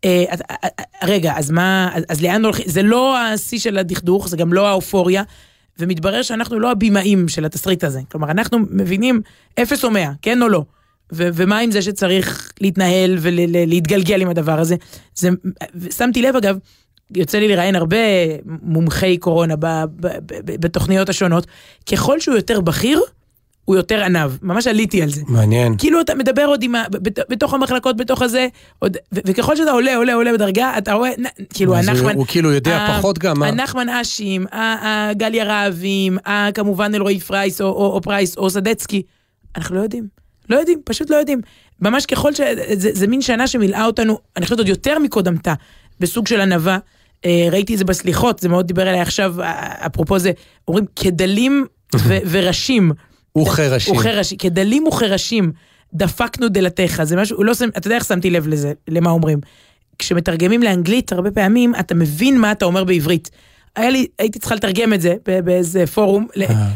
רגע, אז לאן הולכים? זה לא השיא של הדכדוך, זה גם לא האופוריה, ומתברר שאנחנו לא הבימאים של התסריט הזה. כלומר, אנחנו מבינים 0 או 100, כן או לא? ומה עם זה שצריך להתנהל ולהתגלגל עם הדבר הזה? שמתי לב אגב, יוצא לי לראיין הרבה מומחי קורונה בתוכניות השונות, ככל שהוא יותר בכיר, הוא יותר ענב. ממש עליתי על זה. מעניין. כאילו אתה מדבר עוד בתוך המחלקות, בתוך הזה, וככל שאתה עולה בדרגה, אתה רואה, כאילו הנחמן... הוא כאילו יודע פחות גם. הנחמן אשים, הגליה רעבים, כמובן אלרועי פרייס או פרייס או סדצקי, אנחנו לא יודעים, פשוט לא יודעים. ממש ככל שזה מין שנה שמילאה אותנו, אני חושבת עוד יותר מקודמתה, בסוג של ענבה, ראיתי את זה בסליחות, זה מאוד דיבר אליי עכשיו, אפרופו זה, אומרים כדלים וראשים. וחרשים. כדלים וחרשים, דפקנו דלתך, זה משהו, אתה יודע איך שמתי לב לזה, למה אומרים. כשמתרגמים לאנגלית, הרבה פעמים, אתה מבין מה אתה אומר בעברית. הייתי צריכה לתרגם את זה באיזה פורום,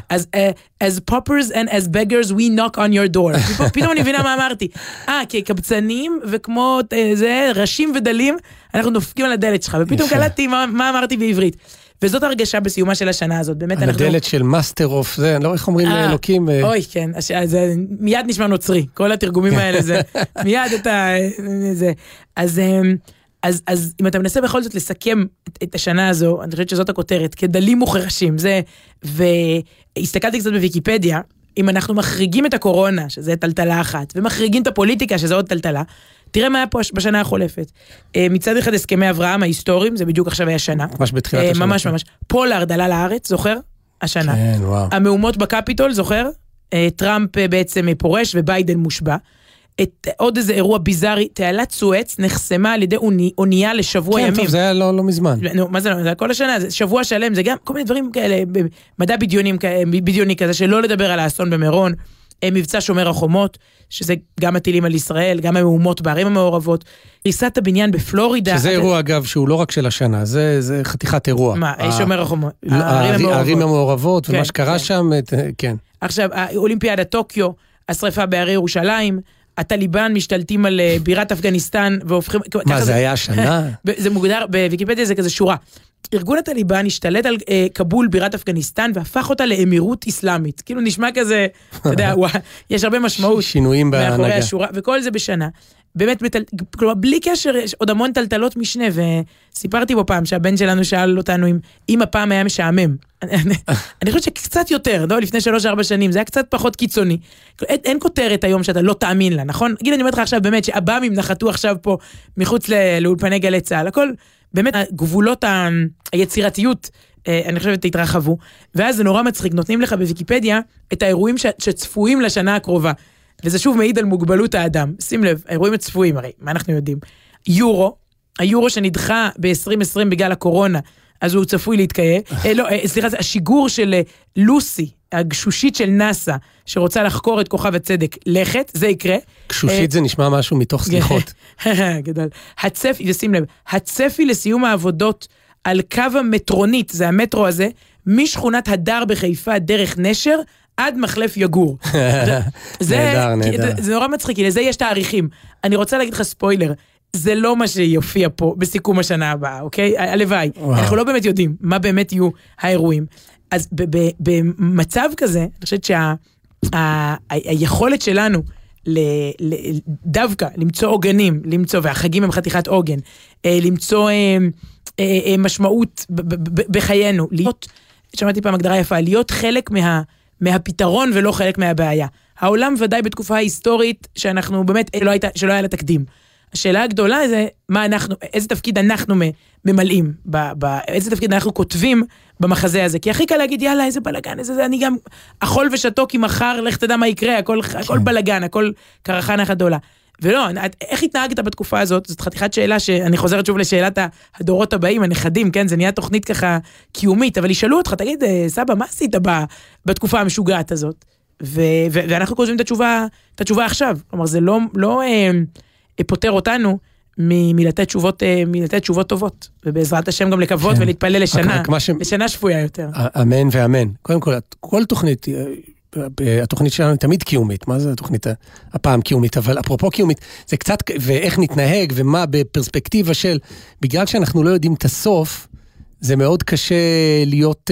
as poppers and as beggars we knock on your door. פתאום אני מבינה מה אמרתי. כקבצנים וכמו זה, ראשים ודלים, אנחנו דופקים על הדלת שלך, ופתאום קלטתי מה אמרתי בעברית. וזאת הרגשה בסיומה של השנה הזאת. באמת על הדלת של מאסטר אוף, זה, אני לא איך אומרים לאלוקים. אוי, כן, זה מיד נשמע נוצרי, כל התרגומים האלה, זה מיד זה. אז אם אתה מנסה בכל זאת לסכם את השנה הזו, אני חושבת שזאת הכותרת, כדלים וחרשים, זה, והסתכלתי קצת בוויקיפדיה, אם אנחנו מחריגים את הקורונה, שזה טלטלה אחת, ומחריגים את הפוליטיקה, שזה עוד טלטלה, תראה מה היה פה בשנה החולפת. מצד אחד הסכמי אברהם ההיסטוריים, זה בדיוק עכשיו היה שנה. ממש בתחילת השנה. ממש. פולארד עלה לארץ, זוכר? השנה. כן, וואו. המהומות בקפיטול, זוכר? טראמפ בעצם פורש וביידן מושבע. עוד איזה אירוע ביזארי, תעלת סואץ נחסמה על ידי אונייה לשבוע ימים. כן, טוב, זה היה לא מזמן. מה זה לא? זה כל השנה, זה שבוע שלם, זה גם כל מיני דברים כאלה, מדע בדיוני כזה, שלא לדבר על האסון במירון, מבצע שומר החומות, שזה גם הטילים על ישראל, גם המהומות בערים המעורבות, ריסת הבניין בפלורידה. שזה אירוע, אגב, שהוא לא רק של השנה, זה חתיכת אירוע. מה, שומר החומות? הערים המעורבות, ומה שקרה שם, כן. עכשיו, האולימפיאדה טוקיו, השריפה בערי ירושלים, הטליבן משתלטים על בירת אפגניסטן, והופכים... מה, זה היה השנה? זה מוגדר, בוויקיפדיה זה כזה שורה. ארגון הטליבן השתלט על קבול בירת אפגניסטן, והפך אותה לאמירות איסלאמית. כאילו נשמע כזה, אתה יודע, יש הרבה משמעות. שינויים בהנהגה. השורה, וכל זה בשנה. באמת, כלומר, בלי קשר, יש עוד המון טלטלות משנה, וסיפרתי בו פעם שהבן שלנו שאל אותנו אם הפעם היה משעמם. אני חושבת שקצת יותר, לפני 3-4 שנים, זה היה קצת פחות קיצוני. אין כותרת היום שאתה לא תאמין לה, נכון? גיד, אני אומרת לך עכשיו באמת, שהבאמים נחתו עכשיו פה, מחוץ לאולפני גלי צהל, הכל, באמת, גבולות היצירתיות, אני חושבת, התרחבו, ואז זה נורא מצחיק, נותנים לך בוויקיפדיה את האירועים שצפויים לשנה הקרובה. וזה שוב מעיד על מוגבלות האדם. שים לב, האירועים הצפויים, הרי, מה אנחנו יודעים? היורו שנדחה ב-2020 בגלל הקורונה, אז הוא צפוי להתקיים. סליחה, השיגור של לוסי, הגשושית של נאסא, שרוצה לחקור את כוכב הצדק, לכת, זה יקרה. גשושית זה נשמע משהו מתוך סליחות. גדול. הצפי, ושים לב, הצפי לסיום העבודות על קו המטרונית, זה המטרו הזה, משכונת הדר בחיפה דרך נשר, עד מחלף יגור. נהדר. זה נורא מצחיק, כי לזה יש תאריכים. אני רוצה להגיד לך ספוילר, זה לא מה שיופיע פה בסיכום השנה הבאה, אוקיי? הלוואי. אנחנו לא באמת יודעים מה באמת יהיו האירועים. אז במצב כזה, אני חושבת שהיכולת שלנו דווקא למצוא עוגנים, והחגים הם חתיכת עוגן, למצוא משמעות בחיינו, להיות, שמעתי פעם הגדרה יפה, להיות חלק מהפתרון ולא חלק מהבעיה. העולם ודאי בתקופה ההיסטורית שאנחנו באמת, שלא היה לה תקדים. השאלה הגדולה זה, איזה תפקיד אנחנו ממלאים, איזה תפקיד אנחנו כותבים במחזה הזה, כי הכי קל להגיד, יאללה, איזה בלגן, איזה זה, אני גם אכול ושתו, כי מחר, לך תדע מה יקרה, הכל בלגן, הכל קרחנה גדולה. ולא, איך התנהגת בתקופה הזאת? זאת חתיכת שאלה שאני חוזרת שוב לשאלת הדורות הבאים, הנכדים, כן? זה נהיה תוכנית ככה קיומית, אבל ישאלו אותך, תגיד, סבא, מה עשית בתקופה המשוגעת הזאת? ואנחנו כותבים את התשובה עכשיו. כלומר, זה לא פותר אותנו מלתת תשובות טובות, ובעזרת השם גם לקוות ולהתפלל לשנה שפויה יותר. אמן ואמן. קודם כל, כל תוכנית, התוכנית שלנו היא תמיד קיומית. מה זה התוכנית הפעם קיומית? אבל אפרופו קיומית, זה קצת, ואיך נתנהג, ומה בפרספקטיבה של, בגלל שאנחנו לא יודעים את הסוף, זה מאוד קשה להיות,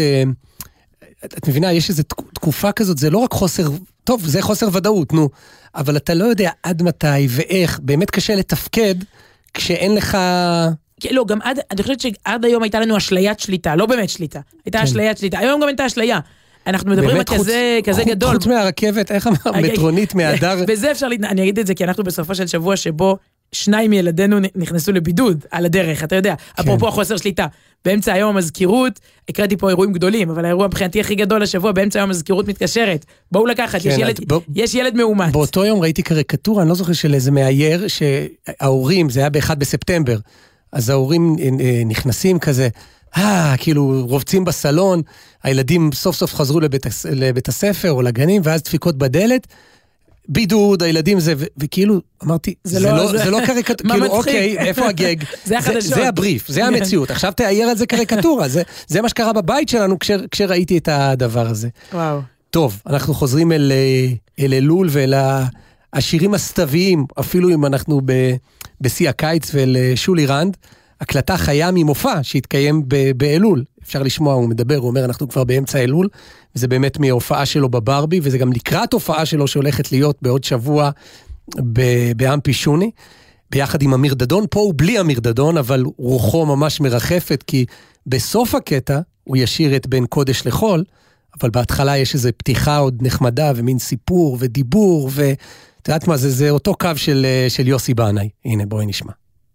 את מבינה, יש איזו תקופה כזאת, זה לא רק חוסר, טוב, זה חוסר ודאות, נו, אבל אתה לא יודע עד מתי ואיך, באמת קשה לתפקד, כשאין לך... לא, גם אני חושבת שעד היום הייתה לנו אשליית שליטה, לא באמת שליטה, הייתה אשליית שליטה, היום גם הייתה אשליה. אנחנו מדברים על כזה גדול. חוץ מהרכבת, איך אמר, מטרונית מהדר. וזה אפשר, אני אגיד את זה, כי אנחנו בסופו של שבוע שבו 2 מילדינו נכנסו לבידוד על הדרך, אתה יודע, אפרופו חוסר שליטה. באמצע היום המזכירות, הקראתי פה אירועים גדולים, אבל האירוע מבחינתי הכי גדול השבוע, באמצע היום המזכירות מתקשרת. בואו לקחת, יש ילד מאומת. באותו יום ראיתי קריקטורה, אני לא זוכר של איזה מאייר, שההורים, זה היה ב1 בספטמבר, אז ההורים נכנסים כזה, כאילו רובצים בסלון, הילדים סוף סוף חזרו לבית הספר או לגנים, ואז דפיקות בדלת, בידוד, הילדים זה, וכאילו, אמרתי, זה לא קריקטורה, כאילו, אוקיי, איפה הגג? זה הבריף, זה המציאות, עכשיו תאייר על זה קריקטורה, זה מה שקרה בבית שלנו כשראיתי את הדבר הזה. וואו. טוב, אנחנו חוזרים אל אלול ואל השירים הסתוויים, אפילו אם אנחנו בשיא הקיץ ואל שולי רנד, הקלטה חיה ממופע שהתקיים באלול. אפשר לשמוע, הוא מדבר, הוא אומר, אנחנו כבר באמצע אלול, וזה באמת מההופעה שלו בברבי, וזה גם לקראת הופעה שלו שהולכת להיות בעוד שבוע באמפי שוני, ביחד עם אמיר דדון. פה הוא בלי אמיר דדון, אבל רוחו ממש מרחפת, כי בסוף הקטע הוא ישיר את בין קודש לחול, אבל בהתחלה יש איזו פתיחה עוד נחמדה, ומין סיפור ודיבור, ואת יודעת מה, זה אותו קו של יוסי בנאי. הנה, בואי נשמע.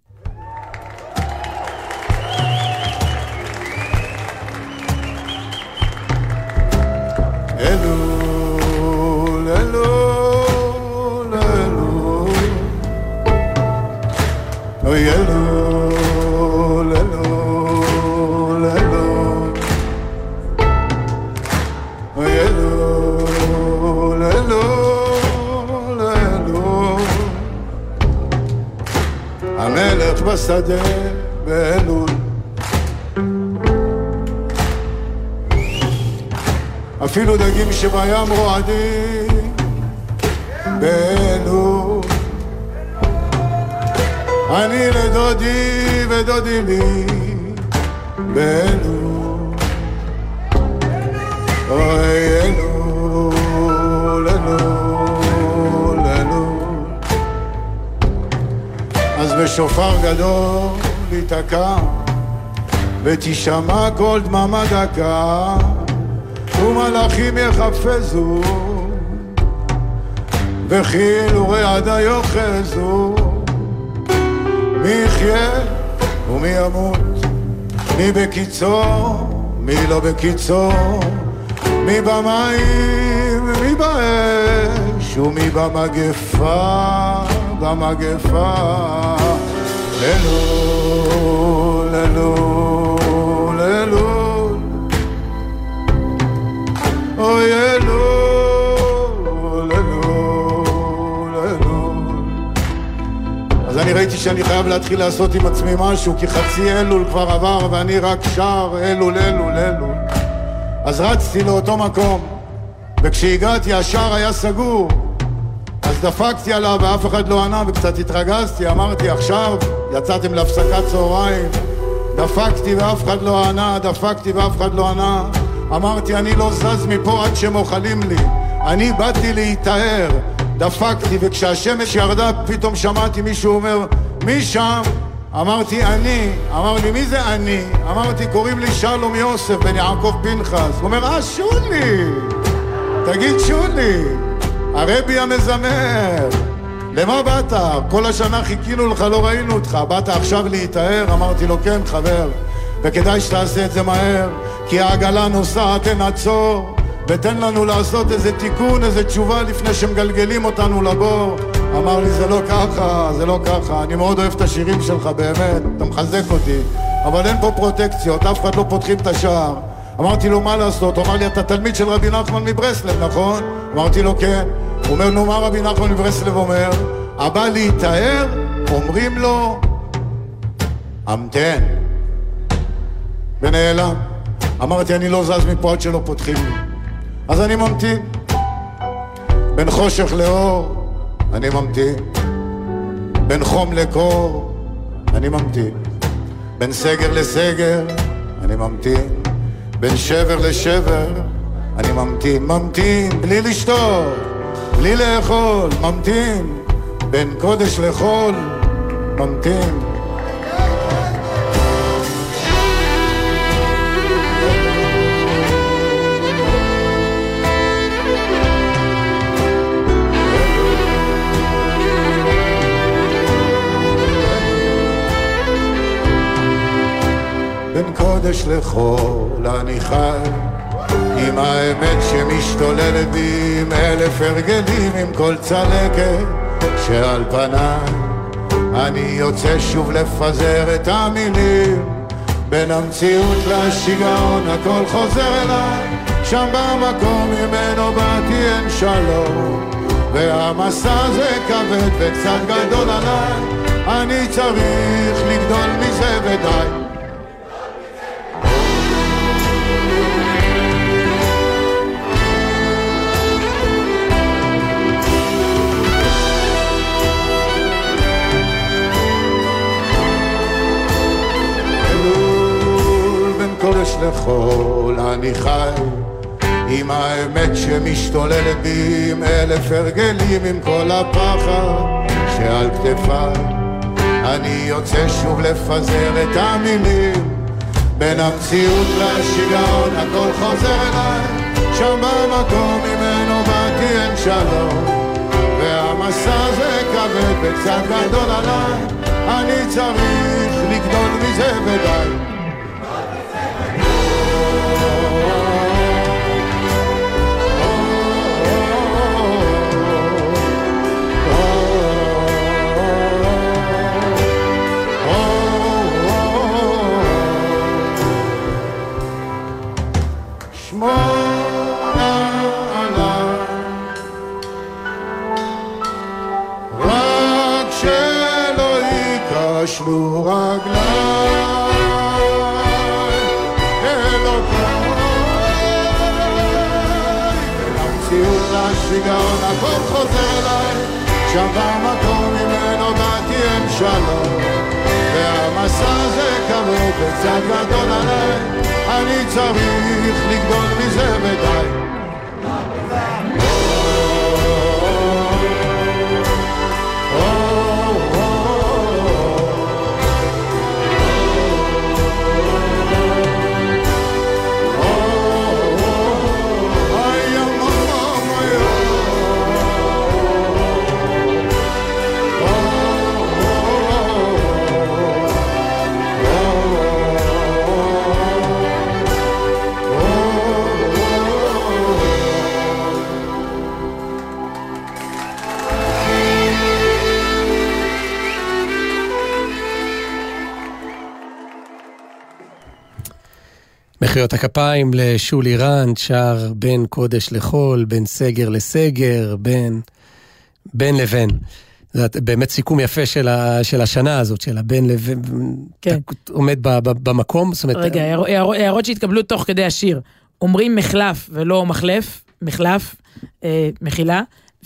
אלול, אלול, אלול, אוי אלול, אלול, אלול, אוי אלול, אלול, בשדה באלול. אפילו דגים שבים רועדים באלול. אני לדודי ודודי לי באלול. אוי אלול, אלול, אלול. אז בשופר גדול ייתקע ותשמע כל דממה דקה, ומלאכים יחפזו וכאילו רעדה יוחזו. מי יחיה ומי ימות, מי בקיצור מי לא בקיצור, מי במים ומי באש ומי במגפה, במגפה. אלול, אלול, אלול. אוי אלול, אלול, אלול. אז אני ראיתי שאני חייב להתחיל לעשות עם עצמי משהו, כי חצי אלול כבר עבר ואני רק שר אלול, אלול, אלול. אז רצתי לאותו מקום, וכשהגעתי השער היה סגור, אז דפקתי עליו ואף אחד לא ענה, וקצת התרגזתי, אמרתי עכשיו יצאתם להפסקת צהריים. דפקתי ואף אחד לא ענה, דפקתי ואף אחד לא ענה. אמרתי אני לא זז מפה עד שמוכלים לי, אני באתי להתאר. דפקתי וכשהשמש ירדה פתאום שמעתי מישהו אומר מי שם? אמרתי אני. אמר לי מי זה אני? אמרתי קוראים לי שלום יוסף בן יעקב פנחס. הוא אומר שולי, תגיד שולי, הרבי המזמר, למה באת? כל השנה חיכינו לך, לא ראינו אותך, באת עכשיו להתאר? אמרתי לו כן חבר, וכדאי שתעשה את זה מהר, כי העגלה נוסעת, תן עצור ותן לנו לעשות איזה תיקון, איזה תשובה לפני שמגלגלים אותנו לבור. אמר לי זה לא ככה, זה לא ככה, אני מאוד אוהב את השירים שלך באמת, אתה מחזק אותי, אבל אין פה פרוטקציות, אף אחד לא פותחים את השער. אמרתי לו מה לעשות? הוא אמר לי אתה תלמיד של רבי נחמן מברסלב נכון? אמרתי לו כן. הוא אומר נו מה רבי נחמן מברסלב אומר? הבא להתאר אומרים לו המתן, ונעלם. אמרתי אני לא זז מפה עד שלא פותחים לי, אז אני ממתין. בין חושך לאור אני ממתין, בין חום לקור אני ממתין, בין סגר לסגר אני ממתין, בין שבר לשבר אני ממתין. ממתין בלי לשתות, בלי לאכול, ממתין בין קודש לחול, ממתין. בין קודש לחול אני חי, עם האמת שמשתוללת בי, עם אלף הרגלים, עם כל צלקת שעל פניי. אני יוצא שוב לפזר את המילים, בין המציאות לשיגעון הכל חוזר אליי, שם במקום ממנו באתי אין שלום, והמסע הזה כבד וקצת גדול עליי, אני צריך לגדול מזה ודי. קודש לחול אני חי, עם האמת שמשתוללת בי, עם אלף הרגלים, עם כל הפחד שעל כתפיי. אני יוצא שוב לפזר את המילים, בין המציאות לשיגעון הכל חוזר אליי, שם במקום ממנו באתי אין שלום, והמסע הזה כבד וקצת גדול עליי, אני צריך לגדול מזה ודי. רק למציאות לשיגעון הכל חוזר אליי, שם במקום ממנו באתי אין שלום, והמסע הזה קרוב וקצת גדול עליי, אני צריך לגדול מזה ודי. מחיאות הכפיים לשולי רנד, שר בין קודש לחול, בין סגר לסגר, בין לבין. זה באמת סיכום יפה של השנה הזאת, של הבין לבין, כן. עומד במקום. רגע, הערות שהתקבלו תוך כדי השיר. אומרים מחלף ולא מחלף, מחלף, מחילה,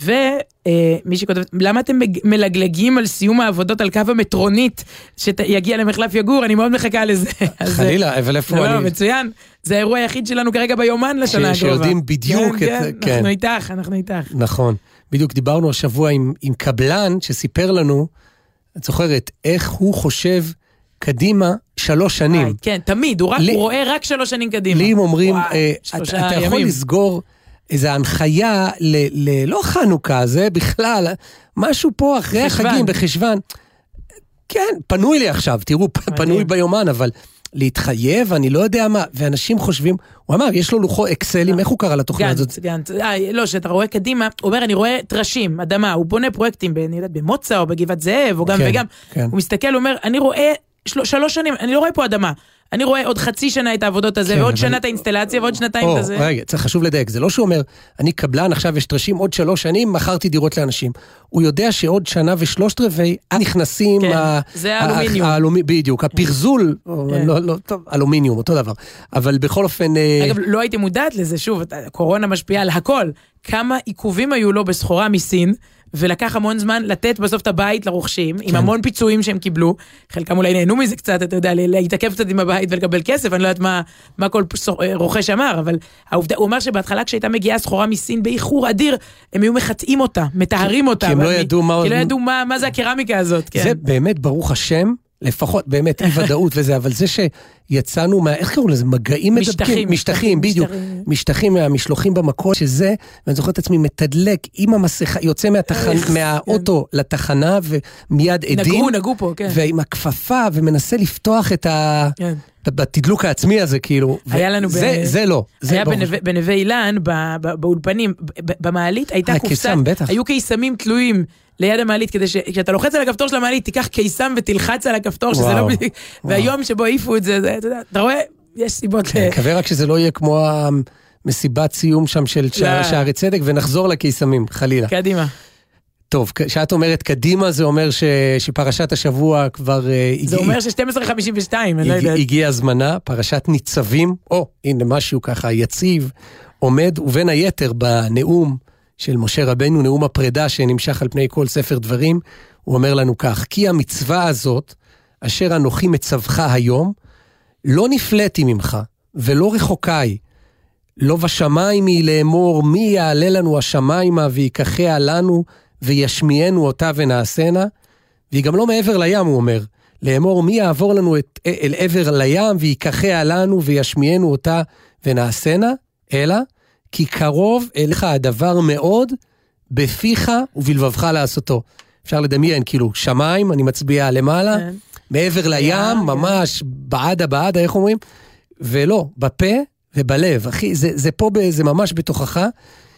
ומי שכותב, למה אתם מלגלגים על סיום העבודות על קו המטרונית שיגיע למחלף יגור? אני מאוד מחכה לזה. חלילה, אבל איפה אני... מצוין, זה האירוע היחיד שלנו כרגע ביומן לשנה הקרובה. שיודעים בדיוק את... אנחנו איתך. נכון, בדיוק דיברנו השבוע עם קבלן שסיפר לנו, את זוכרת, איך הוא חושב קדימה 3 שנים. כן, תמיד, הוא רואה רק 3 שנים קדימה. לי הם אומרים, אתה יכול לסגור... איזו הנחיה לא חנוכה, זה בכלל, משהו פה אחרי החגים בחשבן. כן, פנוי לי עכשיו, תראו, פנוי ביומן, אבל להתחייב, אני לא יודע מה, ואנשים חושבים, הוא אמר, יש לו לוחו אקסלים, איך הוא קרא לתוכנה הזאת? לא, שאתה רואה קדימה, הוא אומר, אני רואה טרשים, אדמה, הוא בונה פרויקטים במוצא או בגבעת זאב, או גם וגם, הוא מסתכל, הוא אומר, אני רואה 3 שנים, אני לא רואה פה אדמה, אני רואה עוד חצי שנה את העבודות הזה, ועוד שנה את האינסטלציה, ועוד שנתיים את הזה. רגע, צריך חשוב לדייק, זה לא שהוא אומר, אני קבלן, עכשיו יש טרשים, עוד 3 שנים, מכרתי דירות לאנשים. הוא יודע שעוד שנה ו3/4 נכנסים, זה האלומיניום. בדיוק, הפרזול, אלומיניום, אותו דבר. אבל בכל אופן... אגב, לא הייתי מודעת לזה, שוב, הקורונה משפיעה על הכל. כמה עיכובים היו לו בסחורה מסין, ולקח המון זמן לתת בסוף את הבית לרוכשים, עם המון פיצויים שהם קיבלו, חלקם אולי נהנו מזה קצת, אתה יודע, להתעכב קצת עם הבית ולקבל כסף, אני לא יודעת מה כל רוכש אמר, אבל הוא אמר שבהתחלה כשהייתה מגיעה סחורה מסין באיחור אדיר, הם היו מחטאים אותה, מטהרים אותה, כי הם לא ידעו מה זה הקרמיקה הזאת. זה באמת ברוך השם, לפחות באמת אי ודאות וזה, אבל זה שיצאנו איך קראו לזה? מגעים מדבקים? משטחים, בדיוק. משטחים מהמשלוחים במקור, שזה, ואני זוכר את עצמי, מתדלק עם המסכה, יוצא מהאוטו לתחנה, ומיד עדים. נגעו פה, כן. ועם הכפפה, ומנסה לפתוח את בתדלוק העצמי הזה, כאילו. זה לא. היה בנווה אילן, באולפנים, במעלית, הייתה קופסת, היו קיסמים תלויים, ליד המעלית, כדי שכשאתה לוחץ על הכפתור של המעלית, תיקח קיסם ותלחץ על הכפתור, שזה לא בדיוק, והיום שבו העיפו את זה, אתה רואה, יש סיבות מקווה רק שזה לא יהיה כמו המסיבת סיום שם של שערי צדק, ונחזור לקיסמים, חלילה. קדימה. טוב, כשאת אומרת קדימה, זה אומר שפרשת השבוע כבר זה אומר ש-12:52, אני לא יודעת. הגיע הזמנה, פרשת ניצבים, הנה משהו ככה יציב, עומד, ובין היתר בנאום, של משה רבנו, נאום הפרידה שנמשך על פני כל ספר דברים, הוא אומר לנו כך, כי המצווה הזאת, אשר אנוכי מצווך היום, לא נפלאתי ממך, ולא רחוקאי, לא בשמיים היא לאמור, מי יעלה לנו השמיימה, ויקחיה לנו, וישמיענו אותה ונעשנה, והיא גם לא מעבר לים, הוא אומר, לאמור, מי יעבור לנו אל עבר לים, ויקחיה לנו, וישמיענו אותה ונעשנה, אלא, כי קרוב אליך הדבר מאוד, בפיך ובלבבך לעשותו. אפשר לדמיין, כאילו, שמיים, אני מצביע למעלה, מעבר לים, ממש בעדה, איך אומרים? ולא, בפה ובלב, אחי, זה פה, זה ממש בתוכך,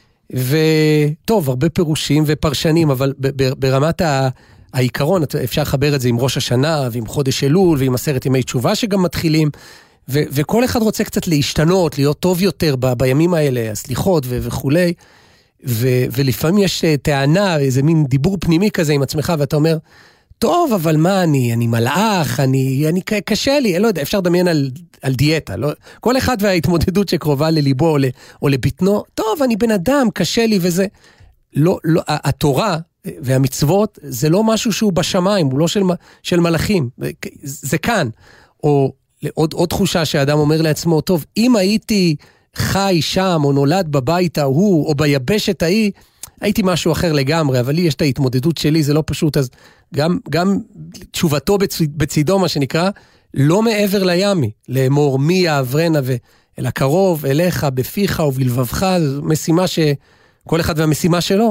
וטוב, הרבה פירושים ופרשנים, אבל ברמת העיקרון, אפשר לחבר את זה עם ראש השנה, ועם חודש אלול, ועם 10 ימי תשובה שגם מתחילים, וכל אחד רוצה קצת להשתנות, להיות טוב יותר בימים האלה, הסליחות וכולי, ולפעמים יש טענה, איזה מין דיבור פנימי כזה עם עצמך, ואתה אומר, טוב, אבל מה אני מלאך, קשה לי, לא יודע, אפשר לדמיין על דיאטה, לא, כל אחד וההתמודדות שקרובה לליבו או לבטנו, טוב, אני בן אדם, קשה לי וזה. לא, התורה והמצוות זה לא משהו שהוא בשמיים, הוא לא של מלאכים, זה כאן. או עוד תחושה שהאדם אומר לעצמו, טוב, אם הייתי חי שם, או נולד בבית ההוא, או ביבשת ההיא, הייתי משהו אחר לגמרי, אבל לי יש את ההתמודדות שלי, זה לא פשוט, אז גם תשובתו בצידו, מה שנקרא, לא מעבר לימי, לאמור מי יעברנה אל הקרוב, אליך, בפיך ובלבבך, זו משימה כל אחד והמשימה שלו,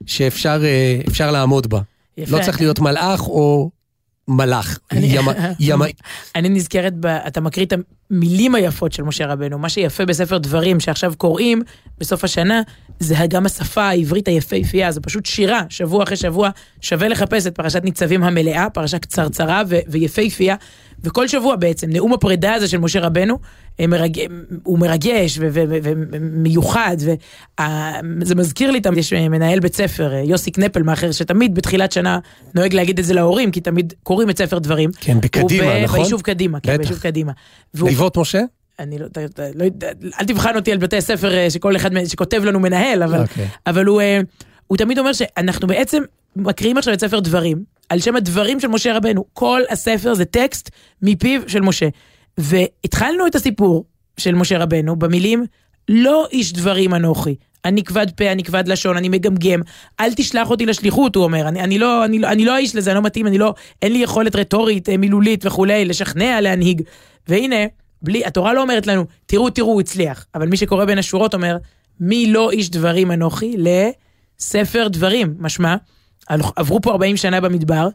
שאפשר לעמוד בה. יפה. לא צריך להיות מלאך או מלאך. אני נזכרת, אתה מקריא את המילים היפות של משה רבנו, מה שיפה בספר דברים שעכשיו קוראים בסוף השנה, זה גם השפה העברית היפהפייה, זה פשוט שירה, שבוע אחרי שבוע, שווה לחפש את פרשת ניצבים המלאה, פרשה קצרצרה ויפהפייה, וכל שבוע בעצם, נאום הפרידה הזה של משה רבנו, הוא מרגש ומיוחד, וזה מזכיר לי, יש מנהל בית ספר, יוסי קנפל מאחר, שתמיד בתחילת שנה נוהג להגיד את זה להורים, כי תמיד קוראים את ספר דברים. כן, בקדימה, נכון? ביישוב קדימה, כן, ביישוב קדימה. ליבות משה? אני לא יודע, אל תבחן אותי על בתי ספר שכל אחד שכותב לנו מנהל, אבל הוא תמיד אומר שאנחנו בעצם מקריאים עכשיו את ספר דברים, על שם הדברים של משה רבנו, כל הספר זה טקסט מפיו של משה, והתחלנו את הסיפור של משה רבנו במילים, לא איש דברים אנוכי, אני כבד פה, אני כבד לשון, אני מגמגם, אל תשלח אותי לשליחות, הוא אומר, אני לא האיש לזה, אני לא מתאים, אין לי יכולת רטורית, מילולית וכולי, לשכנע, להנהיג, והנה, התורה לא אומרת לנו, תראו, הוא הצליח, אבל מי שקורא בין השורות אומר, מי לא איש דברים אנוכי לספר דברים, משמע, עברו פה 40 שנה במדבר,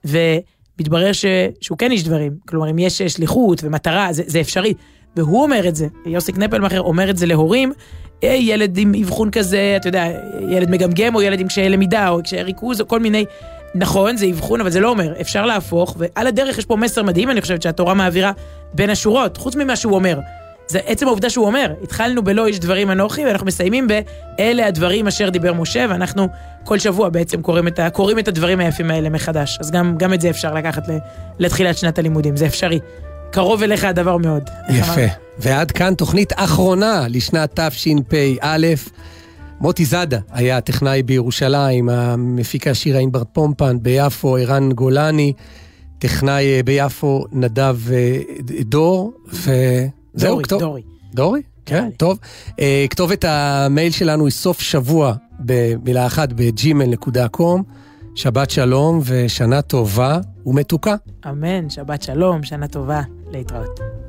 ומתברר שהוא כן איש דברים, כלומר, אם יש שליחות ומטרה, זה אפשרי, והוא אומר את זה, יוסי קנפלמאכר אומר את זה להורים, ילד עם אבחון כזה, אתה יודע, ילד מגמגם, או ילד עם קשיי למידה, או קשיי ריכוז, או כל מיני, נכון, זה אבחון, אבל זה לא אומר, אפשר להפוך, ועל הדרך יש פה מסר מדהים, אני חושבת שהתורה מעבירה בין השורות, חוץ ממה שהוא אומר, זה עצם העובדה שהוא אומר, התחלנו בלא איש דברים אנוכי, ואנחנו מסיימים באלה הדברים אשר דיבר משה, ואנחנו כל שבוע בעצם קוראים את הדברים היפים האלה מחדש, אז גם את זה אפשר לקחת לתחילת שנת הלימודים, זה אפשרי. קרוב אליך הדבר מאוד. יפה. ועד כאן תוכנית אחרונה לשנת תשפ"א. מוטי זאדה היה הטכנאי בירושלים, המפיקה שירה ענבר פומפן, ביפו ערן גולני, טכנאי ביפו נדב דור, וזהו, דורי? כן, טוב. כתובת המייל שלנו היא סוף שבוע במילה אחת ב-gmail.com. שבת שלום ושנה טובה ומתוקה. אמן, שבת שלום, שנה טובה, להתראות.